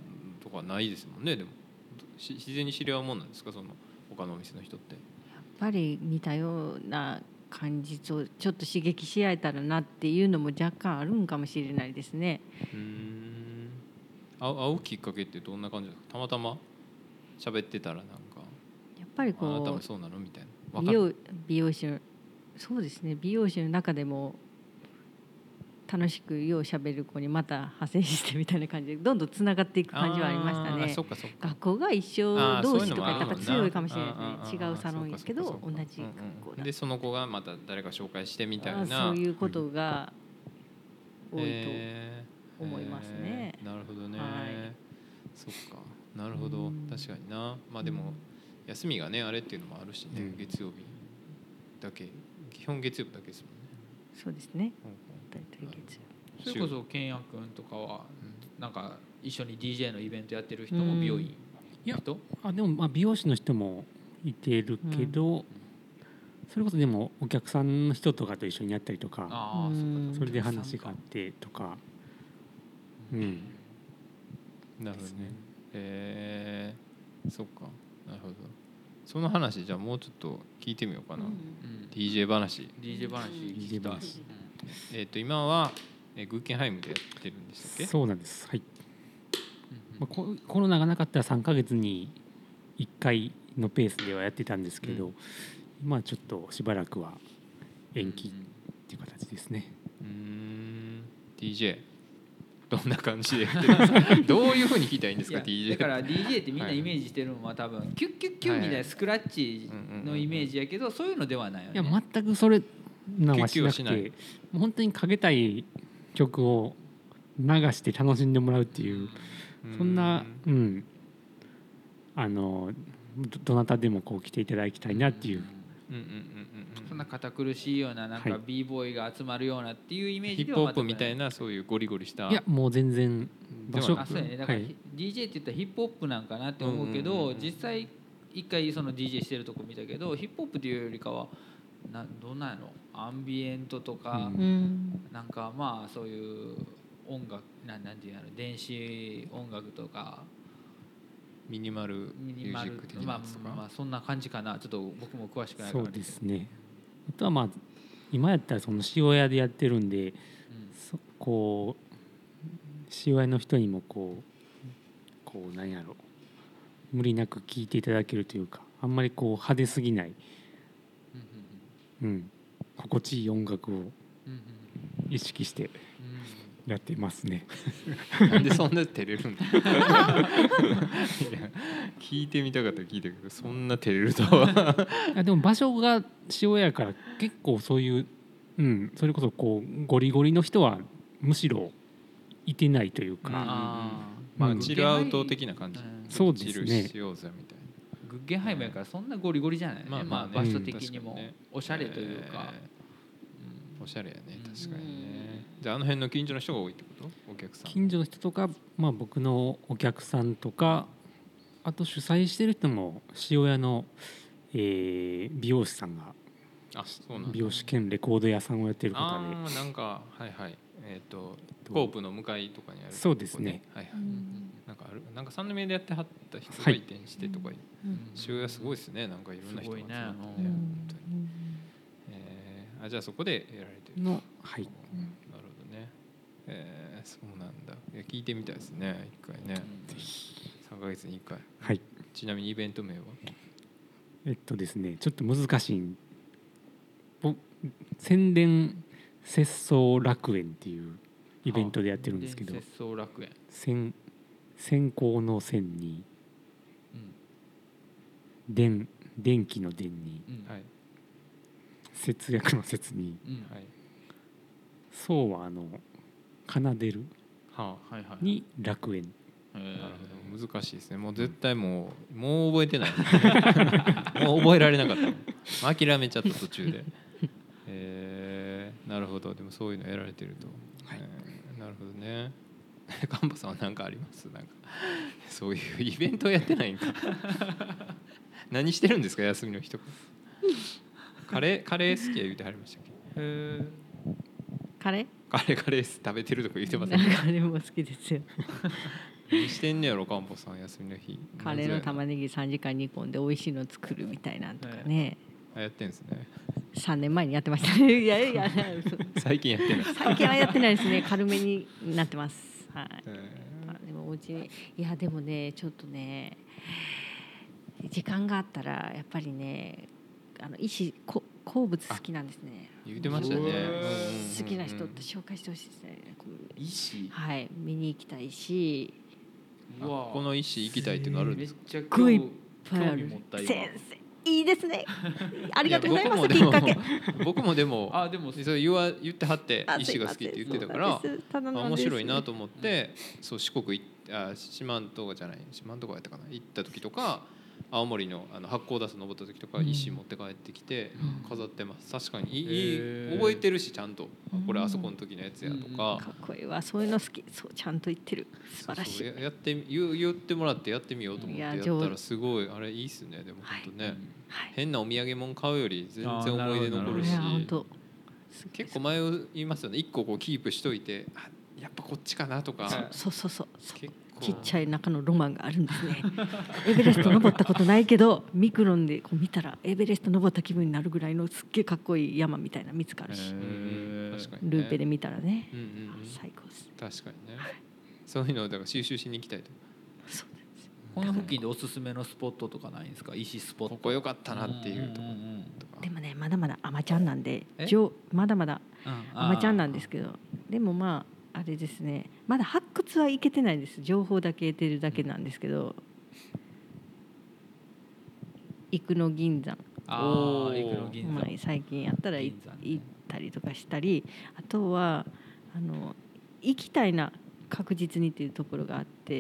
とかないですもんね。でも自然に知り合うもんなんですか、その他のお店の人って。 やっぱり似たような感じとちょっと刺激し合えたらなっていうのも若干あるんかもしれないですね。 うーん、会う会うきっかけってどんな感じですか。たまたま喋ってたらなんかやっぱりあなたこうもそうなのみたいな。 美容美容師のそうですね、美容師の中でも楽しくようしゃべる子にまた派生してみたいな感じでどんどんつながっていく感じはありましたね。 そっかそっか。 学校が一緒同士とかやったら強いかもしれないですね。違うサロンやけど同じ学校だ。 でその子がまた誰か紹介してみたいな、 そういうことが多いえと思いますね。 えー、なるほどね、 はい、 そっか、なるほど、確かにな。まあでも休みがねあれっていうのもあるしね、うん、月曜日だけ、基本月曜日だけですもんね。 そうですね、 大体月曜日。それこそ健也君とかは、うん、なんか一緒に ディージェー のイベントやってる人も美容院の人、 いやあでもまあ美容師の人もいてるけど、うん、それこそでもお客さんの人とかと一緒にやったりとか、あそれで話があってとか、うん、 なるほどね。えー、そっか、なるほど。その話じゃあもうちょっと聞いてみようかな、うん、ディージェー 話ディージェー 話聞きたい。 えー、と今はグッケンハイムでやってるんでしたっけ。 そうなんです、はい。まあ、コロナがなかったらさんかげつにいっかいのペースではやってたんですけど、うん、今はちょっとしばらくは延期っていう形ですね。 うーん、 ディージェー どんな感じでやってるんですかどういうふうに聞いたらいいんですか。 ディージェーだから ディージェー ってみんなイメージしてるのは多分キュッキュッキュッみたいなスクラッチのイメージやけど、そういうのではないよね。 いや全くそれなんはしなくて、もう本当にかけたい曲を流して楽しんでもらうっていう、そんな、うん、あのどなたでもこう来ていただきたいなっていう、 そんな堅苦しいようななんか b ボーイが集まるようなっていうイメージでは、ヒップホップみたいなそういうゴリゴリした。 いやもう全然場所、あ、そうやね、だから ディージェー って言ったらヒップホップなんかなって思うけど、実際一回その ディージェー してるとこ見たけど、ヒップホップっていうよりかはなどんなんやろ、アンビエントとか、うん、なんかまあそういう音楽なんなんていうの、電子音楽とかミニマルミュージック的なやつとか、 まあ、まあそんな感じかな。ちょっと僕も詳しくないから。 そうですね。あとはまあ今やったらその塩屋でやってるんで、うん、そこう塩屋の人にもこうこう何やろ無理なく聴いていただけるというか、あんまりこう派手すぎない、うんうん、心地いい音楽を意識してやってますね。 なんでそんな照れるんだ聞いてみたかったら聞いたけど、そんな照れるとはあでも場所が塩屋から結構そういう、うん、それこそこうゴリゴリの人はむしろいてないというか、 あ、まあチルアウト的な感じ、うん、 そうですね。 チルしようぜみたいな。 グッゲンハイムやからそんなゴリゴリじゃない、ね、まあまあ、ね、まあ場所的にもおしゃれというか、 えー、おしゃれやね、確かにね。じゃああの辺の近所の人が多いってこと？お客さん近所の人とか、まあ、僕のお客さんとか、あと主催してる人も塩屋の、えー、美容師さんが、 あ、そうなんだ。 美容師兼レコード屋さんをやってる方で、 あなんかはいはい、えー、とコープの向かいとかにある、ね、 そうですね、 はいはい、なんかある、なんか三年目でやってはった人が移転してとか、はい、塩屋すごいですね、なんかいろんな人が集まってね、本当に、えー、あじゃあそこでやられてるの、はい、なるほどね、えー、そうなんだ。いや聞いてみたいですね、一回ね、ぜひさんかげつにいっかい、 はい、 ちなみにイベント名はえっとですね、ちょっと難しい、宣伝節操楽園っていうイベントでやってるんですけど、 節操楽園、 線線香の線に、うん、電電気の電に、うんはい、節約の節に、うんはい、そうはあの奏でるに楽園、 なるほど、難しいですね。もう絶対もうもう覚えてないもう覚えられなかった諦めちゃった途中でえー、なるほど。でもそういうのやられてると、はいえー、なるほどね。カンパさんは何かあります？なんかそういうイベントをやってないんか何してるんですか、休みの日とかカレーカレー好きや言うてはりましたっけ？へカレーカレーカレー食べてるとか言ってますね。 カレーも好きですよ何してんねやろかんぽさん休みの日。 カレーの玉ねぎさんじかん煮込んで美味しいの作るみたいなんとかね、 あやってんですね。 さんねんまえにやってましたね。いやいや最近やってない。 最近はやってないですね。軽めになってます。はい。 えでもお家にいやでもねちょっとね時間があったらやっぱりねあの石こ鉱物好きなんですね。 言ってましたね。 好きな人って紹介してほしいですね。 石、 はい見に行きたいし。 うわこの石行きたいっていうのあるんですか。 めっちゃすごいいっぱいあ興味る持った今。 先生いいですね。ありがとうございます。 僕きっかけ。 も僕もでもあでもそれ言わ言ってはってあ石が好きって言ってたから面白いなと思ってそう四国行ってあ四万十じゃない四万十やったかな行った時とか青森のあの八甲田山登った時とか石持って帰ってきて飾ってます。確かにいい覚えてるしちゃんとこれあそこの時のやつやとか。 かっこいいわそういうの好きそうちゃんと言ってる素晴らしい。 そうそうやって言言ってもらってやってみようと思ってやったらすごいあれいいっすね。でも本当ね、 はい、 変なお土産物買うより全然思い出残るし結構迷いますよね。一個こうキープしといてあやっぱこっちかなとか。 そうそうそう結構ちっちゃい中のロマンがあるんですね。エベレスト登ったことないけどミクロンでこう見たらエベレスト登った気分になるぐらいのすっげえかっこいい山みたいな見つかるし、 確かにね、 ルーペで見たらね、 うんうんうん、 最高です。 確かにね、はい、そういうのをだから収集しに行きたいと。 そうなんですよ。 この付近でおすすめのスポットとかないんですか。石スポットここ良かったなっていうとこ、うんうんうん、 でもねまだまだアマちゃんなんでまだまだアマちゃんなんですけど、でもまああれですねまだ発掘はいけてないです。情報だけ得てるだけなんですけど、生野銀山あ生野銀山、 まあ、最近やったら行ったりとかしたり、あとはあの行きたいな確実にっていうところがあって、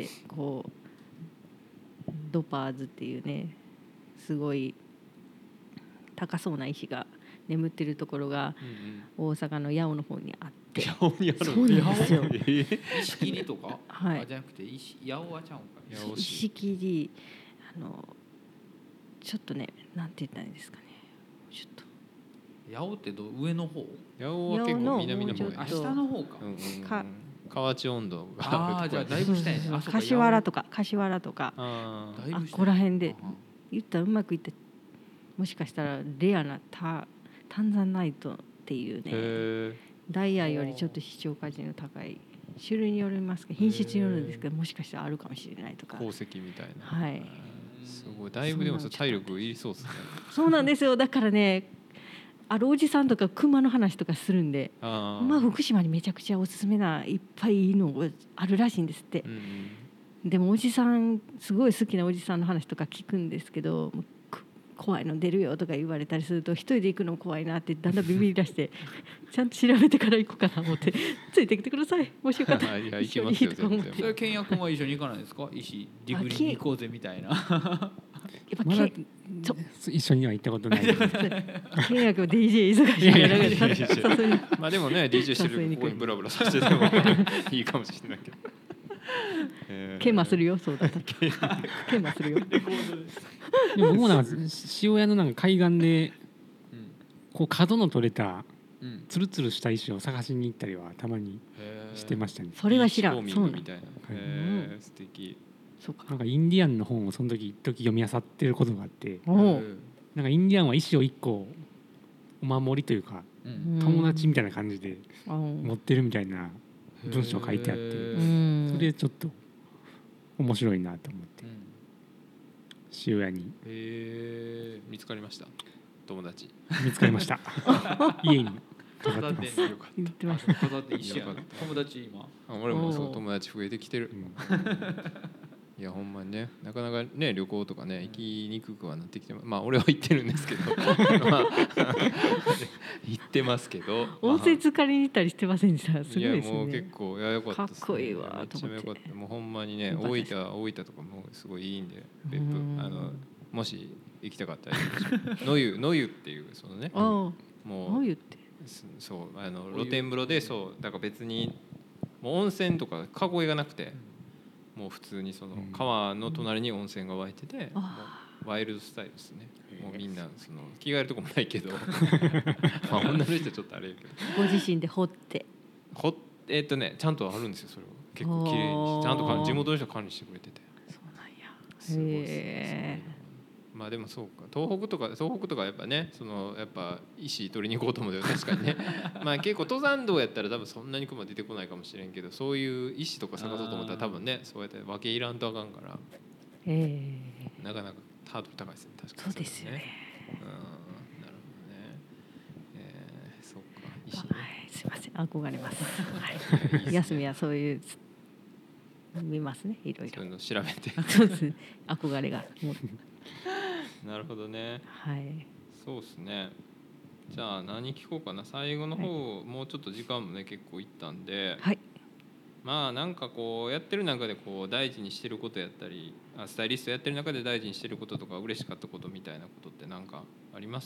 こうドパーズっていうねすごい高そうな石が眠ってるところが大阪の八尾の方にあって、 八尾にある。 そうなんですよ。 石切りとか、 はい、 じゃなくて石八尾はちゃうんか。 石切りあのちょっとねなんて言ったらいいんですかね。ちょっと八尾ってど上の方？ 八尾は結構南の方や。下の方か。 うんうんうん、か河内温度がああじゃあだいぶ下やね。 柏原とか柏原とかああここら辺で言ったらうまくいってもしかしたらレアなタタンザナイトっていうねダイヤよりちょっと希少価値の高い種類によりますか品質によるんですけどもしかしたらあるかもしれないとか鉱石みたいな。 はい。 すごいだいぶでも体力いりそうですね。 そうなんですよ。だからねあるおじさんとか熊の話とかするんで、あまあ福島にめちゃくちゃおすすめないっぱいいいのあるらしいんですって、うんうん、でもおじさんすごい好きなおじさんの話とか聞くんですけど怖いの出るよとか言われたりすると一人で行くの怖いなってだんだんビビり出してちゃんと調べてから行こうかな思ってついてきてくださいもしよかったらいや行きますよ全然。 それケンヤ君は一緒に行かないですか。石ディグリに行こうぜみたいな。やっぱまだ一緒には行ったことないです。 ケンヤ君 ディージェー 忙しいからまあでもね ディージェー してるここにブラブラさせててもいいかもしれないけど。 ケンマするよそうだったケンマするよ。 でも僕もなんか塩屋のなんか海岸でこう角の取れたツルツルした石を探しに行ったりはたまにしてましたね。 それは知らん。 そうみたいな。へー素敵。 そうか。 なんかインディアンの本をその時一時読み漁ってることがあって、なんかインディアンは石を一個お守りというか友達みたいな感じで持ってるみたいな文章書いてあって、それちょっと面白いなと思って、うん、塩屋に、 えー、見つかりました。友達見つかりました家に飾ってます。 言ってました。 飾って一緒や友達今あ俺もそう友達増えてきてる、うん、いやほんまにねなかなかね旅行とかね行きにくくはなってきてまあ俺は行ってるんですけどまあ行ってますけど温泉浸かりに行ったりしてませんでした。すごいですね。 いやもう結構いやよかったです、ね、 かっこいいわと思って。 めっちゃよかった。もうほんまにね大分大分とかもすごいいいんで別府あのもし行きたかったら野湯野湯っていうそのねもう野湯ってそうあの露天風呂でそうだから別にもう温泉とか囲いがなくてもう普通にその川の隣に温泉が湧いてて、もうワイルドスタイルですね。もうみんなその着替えるとこもないけどまあ女の人ちょっとあれやけどご自身で掘って掘えー、っとねちゃんとあるんですよそれは結構綺麗にちゃんと地元の人管理してくれてて、 そうなんや、 すごいですね。まあでもそうか、東北とか東北とかやっぱね、そのやっぱ石取りに行こうと思うけど確かにねまあ結構登山道やったら多分そんなに熊出てこないかもしれんけど、そういう石とか探そうと思ったら多分ね、そうやって分けいらんとあかんから、 えー、 なかなかハードル高いですね。確かにそうですよね。 うん、なるほどね。えー、そうか、石ね、 はい、すいません、憧れます、はい、休みはそういう見ますね、いろいろそういうの調べてそうですね、憧れがもうなるほどね。 はい、 そうですね。じゃあ何聞こうかな。最後の方、はい、もうちょっと時間もね結構いったんで、 はい、 まあなんかこうやってる中でこう大事にしてることやったり、スタイリストやってる中で大事にしてることとか嬉しかったことみたいなことって何かあります？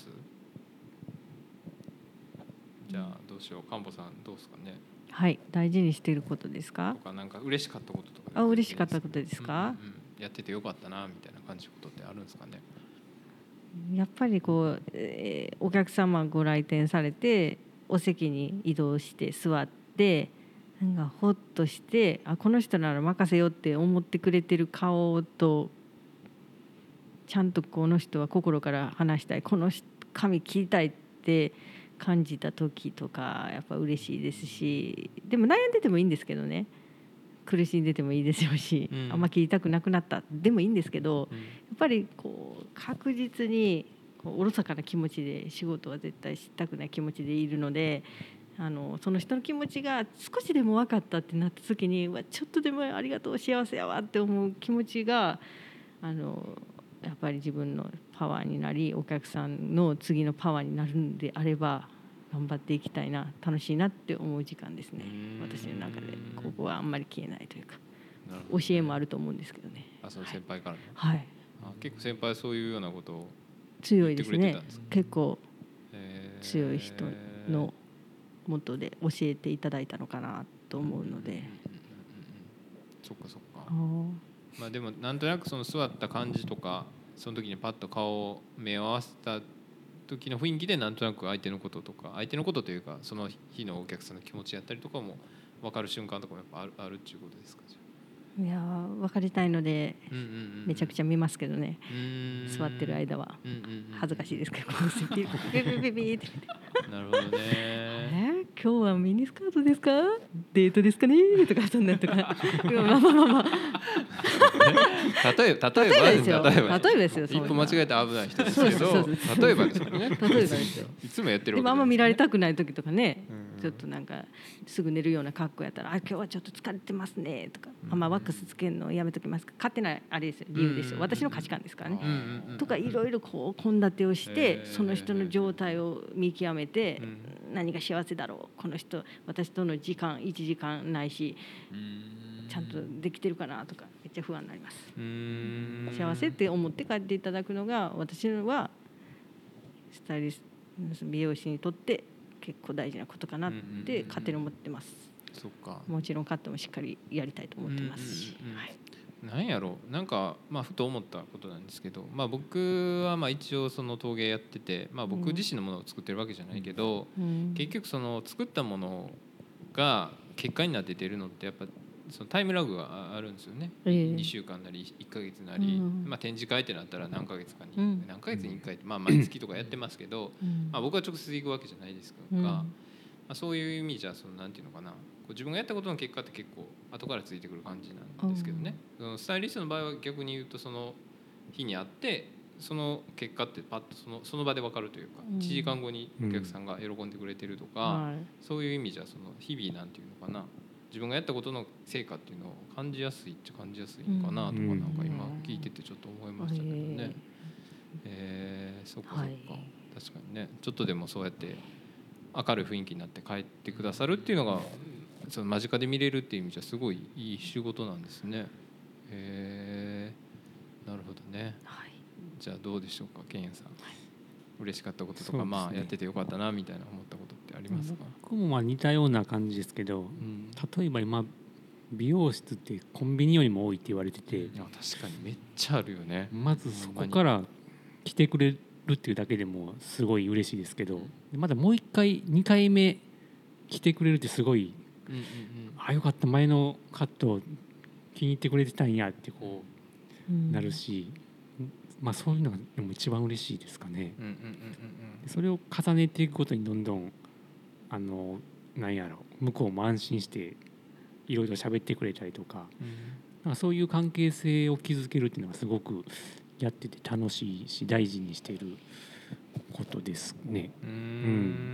じゃあどうしよう、かんぽさんどうですかね。 はい、大事にしていることですか？ とかなんか嬉しかったこととか。 あ、嬉しかったことですか？ うんうんうん、やっててよかったなみたいな感じのことってあるんですかね。 やっぱりこう、えー、お客様ご来店されてお席に移動して座ってなんかほっとして、あ、この人なら任せようって思ってくれてる顔と、ちゃんとこの人は心から話したい、この髪切りたいって感じた時とかやっぱ嬉しいですし、でも悩んでてもいいんですけどね、苦しんでてもいいでしょうし、うん、あんま切りたくなくなったでもいいんですけど、うん、やっぱりこう確実にこうおろそかな気持ちで仕事は絶対したくない気持ちでいるので、あのその人の気持ちが少しでも分かったってなった時に、わちょっとでもありがとう幸せやわって思う気持ちがあのやっぱり自分のパワーになり、お客さんの次のパワーになるんであれば頑張っていきたいな、楽しいなって思う時間ですね、私の中で。ここはあんまり消えないというか、教えもあると思うんですけどね。 あ、その先輩からね。 はい、 あ、結構先輩はそういうようなことを強いですね。結構強い人の元で教えていただいたのかなと思うので。 そっかそっか。まあでもなんとなくその座った感じとか、その時にパッと顔を目を合わせた時の雰囲気でなんとなく相手のこととか、相手のことというかその日のお客さんの気持ちやったりとかも分かる瞬間とかもやっぱある、あるっていうことですか？ いや分かりたいのでめちゃくちゃ見ますけどね、座ってる間は恥ずかしいですけど、ビビビビビってなるほどねえ今日はミニスカートですか、デートですかねとかそんなとかまあまあまあまあ例えば例えばですよ、例えばですよ、 一歩間違えたら危ない人ですけど、例えばですよね。例えばですよ。いつもやってるわけでもあんま見られたくない時とかね、ちょっとなんかすぐ寝るような格好やったら、あ今日はちょっと疲れてますねとか、あんまワックスつけるのやめときますか、勝手なあれですよ、理由ですよ、私の価値観ですからね、とかいろいろこう献立をしてその人の状態を見極めて、何が幸せだろう、この人私との時間いちじかんないしちゃんとできてるかなとかめっちゃ不安になります。うーん、幸せって思って帰っていただくのが私はスタイリスト美容師にとって結構大事なことかなって勝手に思ってます。 そっか。 もちろんカットもしっかりやりたいと思ってますし、 なんやろう、なんかまあふと思ったことなんですけど、まあ僕はまあ一応その陶芸やってて、まあ僕自身のものを作ってるわけじゃないけど、うん、結局その作ったものが結果になって出るのってやっぱそのタイムラグがあるんですよね、えー、にしゅうかんなりいっかげつなり、うん、まあ、展示会ってなったら何ヶ月かに、うん、何ヶ月にいっかいって、まあ、毎月とかやってますけど、うん、まあ、僕は直接行くわけじゃないですが、うん、まあ、そういう意味じゃそのなんていうのかな、こう自分がやったことの結果って結構後からついてくる感じなんですけどね、うん、そのスタイリストの場合は逆に言うとその日にあってその結果ってパッとその、その場で分かるというか、うん、いちじかんごにお客さんが喜んでくれてるとか、うん、そういう意味じゃその日々なんていうのかな、自分がやったことの成果っていうのを感じやすいっちゃ感じやすいのかなとか、なんか今聞いててちょっと思いましたけどね。えー、そっかそっか、はい、確かにね、ちょっとでもそうやって明るい雰囲気になって帰ってくださるっていうのがその間近で見れるっていう意味じゃすごいいい仕事なんですね。えー、なるほどね、はい、じゃあどうでしょうか、ケンヤさん、はい、嬉しかったこととか、ね、まあ、やっててよかったなみたいな思ったことってありますか？ 僕もまあ似たような感じですけど、うん、例えば今美容室ってコンビニよりも多いって言われてて、いや確かにめっちゃあるよね。 まずそこから来てくれるっていうだけでもすごい嬉しいですけど、まだもういっかいにかいめ来てくれるってすごいうんうんうん、 あよかった前のカット気に入ってくれてたんやってこう、うん、なるし、まあ、そういうのがでも一番嬉しいですかね、うんうんうんうん、それを重ねていくことにどんどんあのなんやろ向こうも安心していろいろ喋ってくれたりとか、うん、なんかそういう関係性を築けるっていうのがすごくやってて楽しいし大事にしていることですね。 うーん、うん、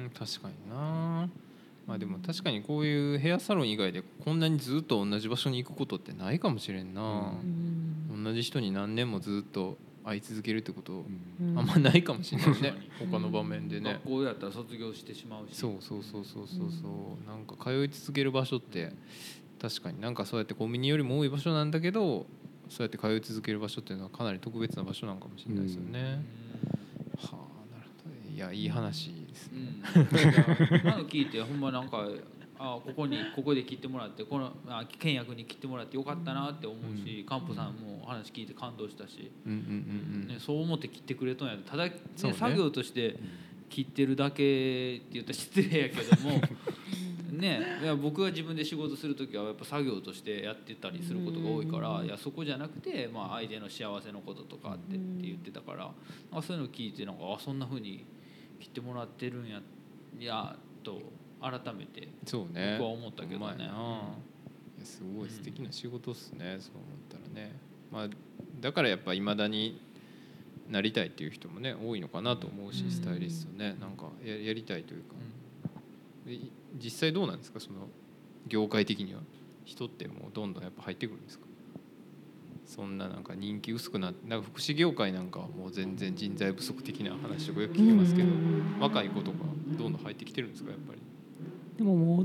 確かにな。まあでも確かにこういうヘアサロン以外でこんなにずっと同じ場所に行くことってないかもしれんな、うん、同じ人に何年もずっと会い続けるってことあんまないかもしれないね、うん、他の場面でね。 学校やったら卒業してしまうし。 そうそうそうそうそうそう、うん、なんか通い続ける場所って確かになんかそうやってコンビニよりも多い場所なんだけどそうやって通い続ける場所っていうのはかなり特別な場所なんかもしれないですよね、うん、はあ、なるほど。いやいい話ですね、 うん、今の聞いてほんまなんかあここにここで切ってもらってこのあ倹約に切ってもらってよかったなって思うし、うん、カンポさんも話聞いて感動したし、うんうんうんうんね、そう思って切ってくれとんやただ、ねね、作業として切ってるだけって言ったら失礼やけどもね、いや僕が自分で仕事する時はやっぱ作業としてやってたりすることが多いからいやそこじゃなくて、まあ、相手の幸せのこととかってって言ってたからあそういうのを聞いてなんかあそんな風に切ってもらってるんやいやと改めて僕は思ったけどね。そうね、いやすごい素敵な仕事っすね、うん、そう思ったらね、まあ、だからやっぱいまだになりたいっていう人もね多いのかなと思うし、スタイリストねなんか や, やりたいというか、うん、実際どうなんですかその業界的には人ってもうどんどんやっぱ入ってくるんですか。そんななんか人気薄くなってなんか福祉業界なんかはもう全然人材不足的な話とかよく聞きますけど、若い子とかどんどん入ってきてるんですかやっぱり。 でももう、うん、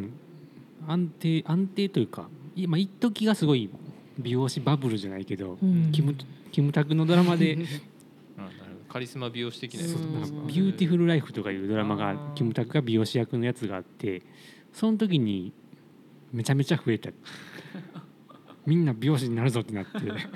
安定安定というか今一時がすごい美容師バブルじゃないけど、うん、キムキムタクのドラマであなるほどカリスマ美容師的なやつですか。 ビューティフルライフとかいうドラマがキムタクが美容師役のやつがあってその時にめちゃめちゃ増えたみんな美容師になるぞってなって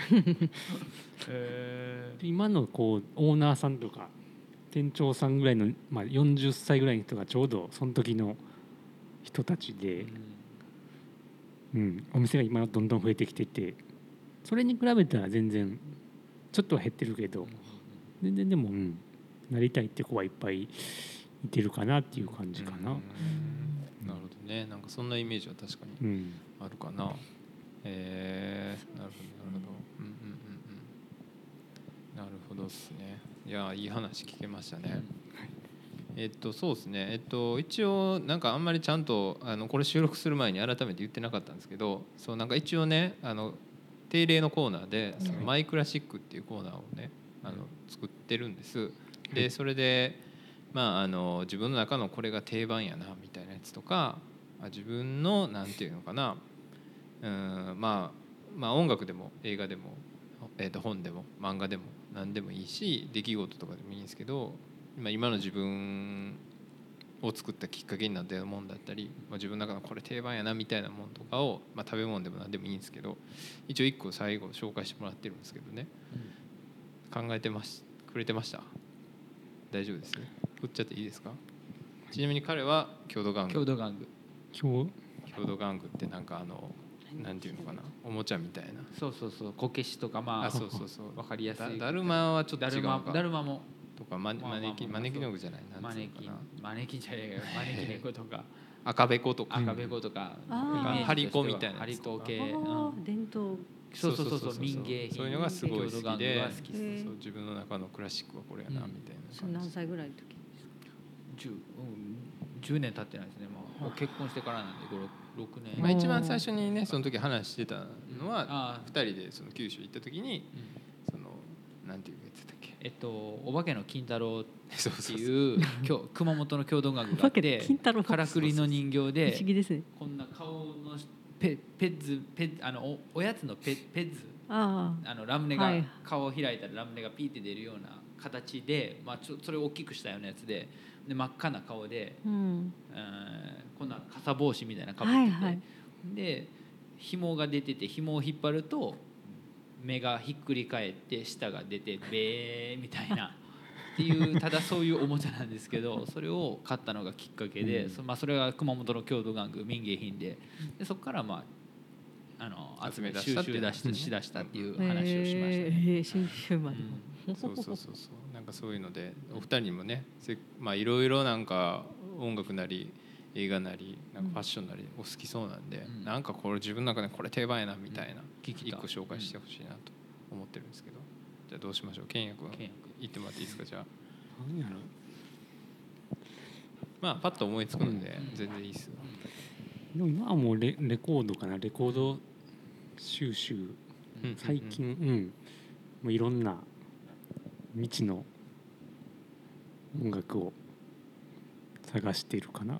へ今のこうオーナーさんとか店長さんぐらいの、まあ、よんじゅっさいぐらいの人がちょうどその時の人たちで、うんうん、お店が今どんどん増えてきててそれに比べたら全然ちょっとは減ってるけど全然でも、うん、なりたいって子はいっぱいいてるかなっていう感じかな。うん、なるほどね。なんかそんなイメージは確かにあるかな。うん、えー、なるほどなるほど。うんうんうんうん。なるほどですね。いやいい話聞けましたね。うん、はい、えっとそうですね。えっと一応なんかあんまりちゃんとあのこれ収録する前に改めて言ってなかったんですけど、そうなんか一応ねあの定例のコーナーでそのマイクラシックっていうコーナーをねあの作ってるんです。でそれでまああの自分の中のこれが定番やなみたいなやつとか、自分のなんていうのかな、うんまあまあ音楽でも映画でもえっと本でも漫画でも何でもいいし出来事とかでもいいんですけど、今今の自分を作ったきっかけになったようなもんだったり、まあ、自分の中のこれ定番やなみたいなもんとかを、まあ、食べ物でも何でもいいんですけど一応一個最後紹介してもらってるんですけどね、うん、考えてますくれてました。大丈夫です。振っちゃっていいですか。ちなみに彼は郷土玩具。 郷土玩具郷土玩具ってなんかあのなんていうのかなおもちゃみたいな。 そうそうそうこけしとかまあ、 あそうそうそう分かりやすい。 だるまはちょっと違うか。 だるまもとかマネキンマネキンの具じゃないマネキンマネキンじゃないよ招き猫とか赤べことか赤べことかハリコみたいなハリコ系伝統そうそうそうそう民芸品そういうのがすごい好きでそう自分の中のクラシックはこれやなみたいな感じ。 何歳ぐらいの時ですか。 じゅう、うん、じゅうねん経ってないですね。もう結婚してからなんでろくねん。 まあ一番最初にねその時話してたのはふたりでその九州行った時にそのなんていうやつだっけ。 えっとお化けの金太郎っていう熊本の郷土玩具があってからくりの人形で不思議ですね。 こんな顔のペペッズペッあの お, おやつのペペッズああのラムネが、はい、顔を開いたらラムネがピーって出るような形で、まあ、ちょそれを大きくしたようなやつで。で真っ赤な顔で、うんえー、こんな傘帽子みたいなかぶってて、はいはい、で紐が出てて紐を引っ張ると目がひっくり返って舌が出てベーみたいなっていうただそういうおもちゃなんですけど、それを買ったのがきっかけで、そまあそれが熊本の郷土玩具民芸品で、でそこからまああの集め収集出ししだしたっていう話をしましたね。 えー、収集までも、 うん、そうそうそうそうなんかそういうのでお二人にもねまあいろいろなんか音楽なり映画なりなんかファッションなりお好きそうなんで、うん、なんかこれ自分の中でこれ定番やなみたいな一個紹介してほしいなと思ってるんですけど、じゃあどうしましょう。健也君言ってもらっていいですか。じゃあ何やろまあパッと思いつくので全然いいですよ。 でも今はもう レ, レコードかなレコード収集、うん、最近、うんうん、もういろんな未知の音楽を探しているかな。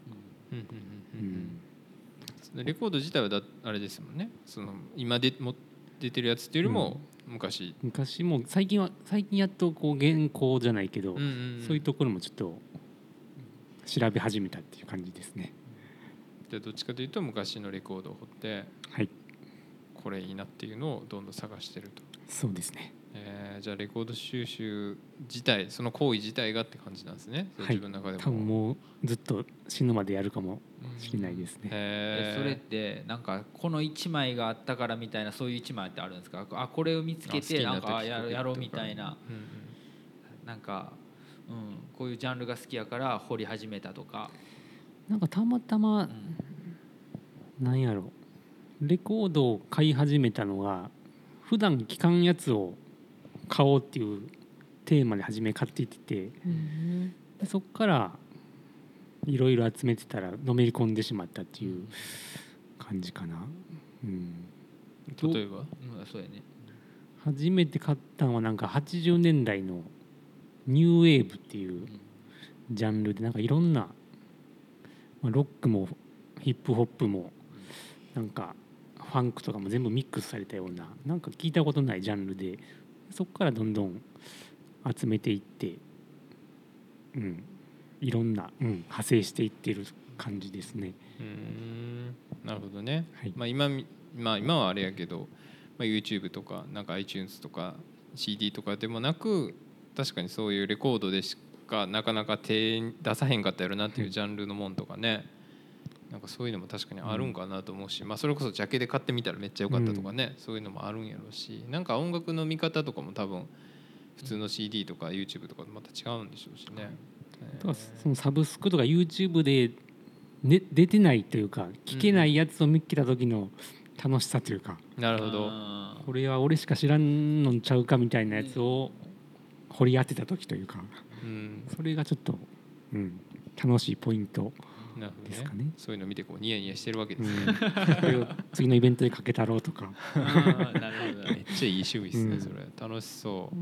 レコード自体はだあれですもんね。その今でも出てるやつっていうよりも昔、 うん、昔も最近は最近やっとこう原稿じゃないけど、うんうんうん、そういうところもちょっと調べ始めたっていう感じですね。 じゃあどっちかというと昔のレコードを掘って、 はい、 これいいなっていうのをどんどん探してると。 そうですね。 えー、じゃあレコード収集自体その行為自体がって感じなんですね。 はい、 自分の中でも多分もうずっと死ぬまでやるかもしれないですね。 えそれってなんかこのいちまいがあったからみたいなそういういちまいってあるんですか。あこれを見つけてなんかややろうみたいな、うんうん、なんか、うん、こういうジャンルが好きやから掘り始めたとか。 なんかたまたま、うん、なんやろレコードを買い始めたのが普段聴かんやつを買おうっていうテーマで初め買っていってて、うん、でそっからいろいろ集めてたらのめり込んでしまったっていう感じかな、うん、 例えば、うん、 そうやね、 初めて買ったのはなんかはちじゅうねんだいのニューウェーブっていうジャンルでなんかいろんなロックもヒップホップもなんかファンクとかも全部ミックスされたようななんか聞いたことないジャンルで、そこからどんどん集めていって、うん、いろんな、うん、派生していってる感じですね。 うーんなるほどね、 はい、 まあ、今、まあ、今はあれやけど、まあ、YouTube とかなんか iTunes とか シーディー とかでもなく確かにそういうレコードでしかなかなか手出さへんかったやろなっていうジャンルのもんとかね、なんかそういうのも確かにあるんかなと思うし、まあ、それこそジャケで買ってみたらめっちゃ良かったとかね、そういうのもあるんやろうし、なんか音楽の見方とかも多分普通の シーディー とか YouTube とかとまた違うんでしょうしね。 そのサブスクとか YouTube で、ね、出てないというか聞けないやつを見つけた時の楽しさというか、 うん、なるほど、 これは俺しか知らんのちゃうかみたいなやつを掘り当てた時というか、うん、それがちょっと、うん、楽しいポイントですかね。ねそういうのを見てこうニヤニヤしてるわけです、 うん、それを次のイベントでかけたろうとかなるほどめっちゃいい趣味ですね、うん、それ楽しそう、うん、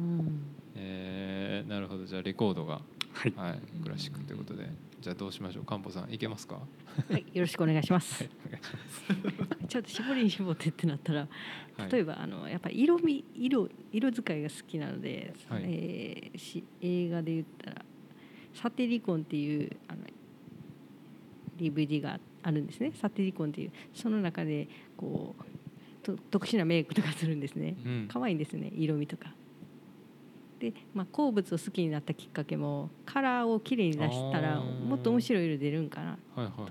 えー、なるほど。じゃあレコードが、 はいはい、クラシックということで、じゃあどうしましょう。かんぽさんいけますか。 はい、よろしくお願いします、はい、お願いしますちょっと絞りに絞ってってなったら例えばあのやっぱり色味色色使いが好きなので、はい、えー、し映画で言ったらサテリコンっていうあの ディーブイディー があるんですね。サテリコンっていうその中でこうと特殊なメイクとかするんですね、うん、可愛いんですね色味とかで、まあ、鉱物を好きになったきっかけもカラーをきれいに出したらもっと面白い色出るんかなとか、はいはいはい、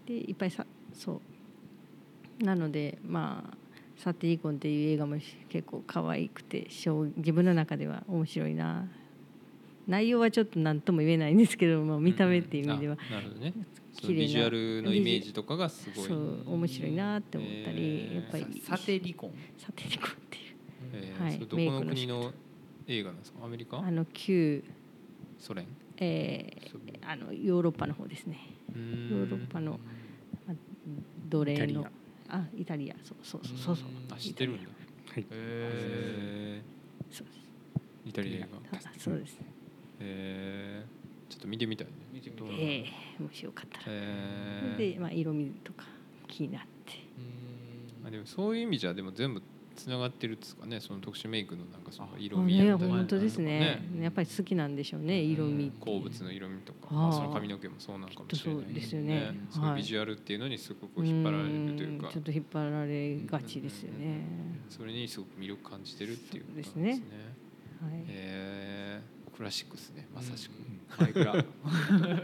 でいっぱいさそうなのでまあサテリコンっていう映画も結構可愛くて自分の中では面白いな。内容はちょっと何とも言えないんですけど、まあ、見た目っていう意味では、 うんうん、なるほどね。そのビジュアルのイメージとかがすごいそう面白いなって思ったり、やっぱりサテリコンサテリコンっていう、 えーはい、それどこの国の映画なんですか。アメリカ、 あの旧ソ連、 えー、あのヨーロッパの方ですね。ヨーロッパの、まあ、奴隷のあイタリアそうそうそうそうあ知ってるんだ。 はい、 えー、そうです。イタリア映画そうですね。 えー、ちょっと見てみたいね。見てみたい。 えー、もしよかったら。えー、で、まあ、色味とか気になって。 うんあでもそういう意味じゃでも全部つながってるんですかね。その特殊メイクのなんかその色味やったり、 ね、本当ですね。やっぱり好きなんでしょうね。色味。 鉱物の色味とか、まあ、その髪の毛もそうなのかもしれない、ね。 そうですよね。 そういうビジュアルっていうのにすごく引っ張られるというか。 うちょっと引っ張られがちですよね。 それにすごく魅力感じてるっていうことですね。はい。 えークラシックですねまさしく、 うん、マイクラいい感じですね、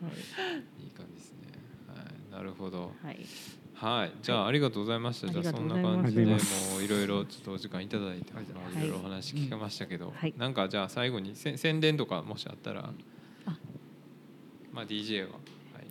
はい、なるほど、 はいはい、じゃあありがとうございました。じゃあそんな感じでもういろいろちょっとお時間いただいて、まあ、いろいろお話聞けましたけど、はい、なんかじゃあ最後にせ宣伝とかもしあったら、あまあ ディージェー は、はい、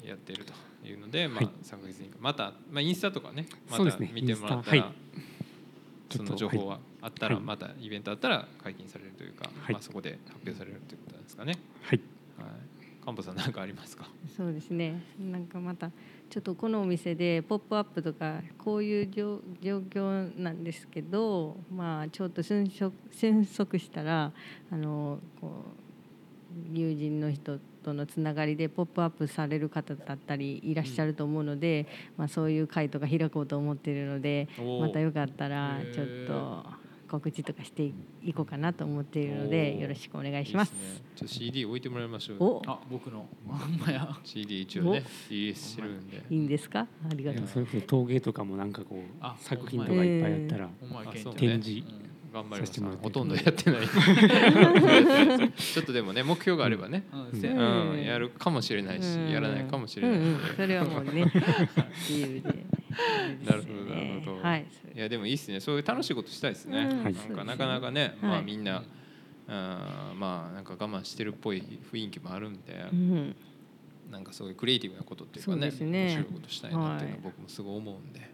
やってるというので、まあ昨日にまたまあインスタとかねまた見てもらったら、ねはい、その情報はあったら、はい、またイベントあったら解禁されるというか、はいまあ、そこで発表されるということなんですかね。はい。はい。かんぽさん何かありますか。 そうですね。なんかまたちょっとこのお店でポップアップとかこういう状況なんですけど、まあちょっと瞬足瞬足したらあのこう友人の人とのつながりでポップアップされる方だったりいらっしゃると思うので、うんまあ、そういう会とか開こうと思っているのでまたよかったらちょっと告知とかしていこうかなと思っているのでよろしくお願いします。 いいですね、ちょっと シーディー 置いてもらいましょう。 おあ僕のまんまやシーディー 一応ね ディーエス してるんでいいんですか。ありがとうございます。 それこそ陶芸とかもなんかこう作品とかいっぱいあったら展示頑張ります。ほとんどやってないちょっとでもね目標があればね、うんうん、やるかもしれないし、うん、やらないかもしれないし、 うんうん、それはもうね自由でなるほどなるほど、はい、いやでもいいですね。そういう楽しいことしたいですね、うん、なんかなかなかね、まあ、みんな、はい、あまあなんか我慢してるっぽい雰囲気もあるんで、うん、なんかそういうクリエイティブなことっていうか ね, ね面白いことしたいなっていうのは僕もすごい思うんで、はい、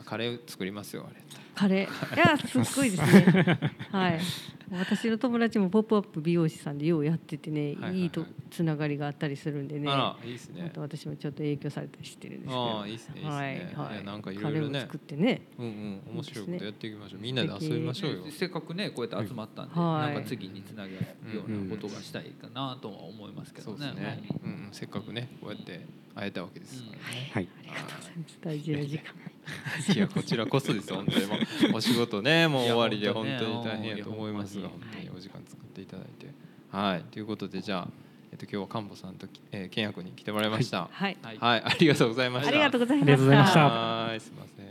カレー作りますよあれ。 カレーいやすっごいですねはい私の友達もポップアップ美容師さんでようやっててね、はいはいはい、いいとつながりがあったりするんでね。 あらいいですね。 また私もちょっと影響されたりしてるんですけど。 あいいですねいいですね、はいはい、いやなんかいろいろねカレーを作ってね、 うんうん面白いことやっていきましょう。みんなで遊びましょうよ。 せっかくねこうやって集まったんで、はい、なんか次につなげるようなことがしたいかなとは思いますけどね。そうですね、うんうん、 せっかくねこうやって会えたわけですからね、 うん、はい、ありがとうございます。大事な時間いやこちらこそです本当にもうお仕事ねもう終わりで本当に大変やと思いますが本当にお時間使っていただいてはいということでじゃあ、えっと、今日はかんぽさんと、えー、健也君に来てもらいました。 はい、 はいはい、ありがとうございました。 ありがとうございました。 ありがとうございました。 はいすいません。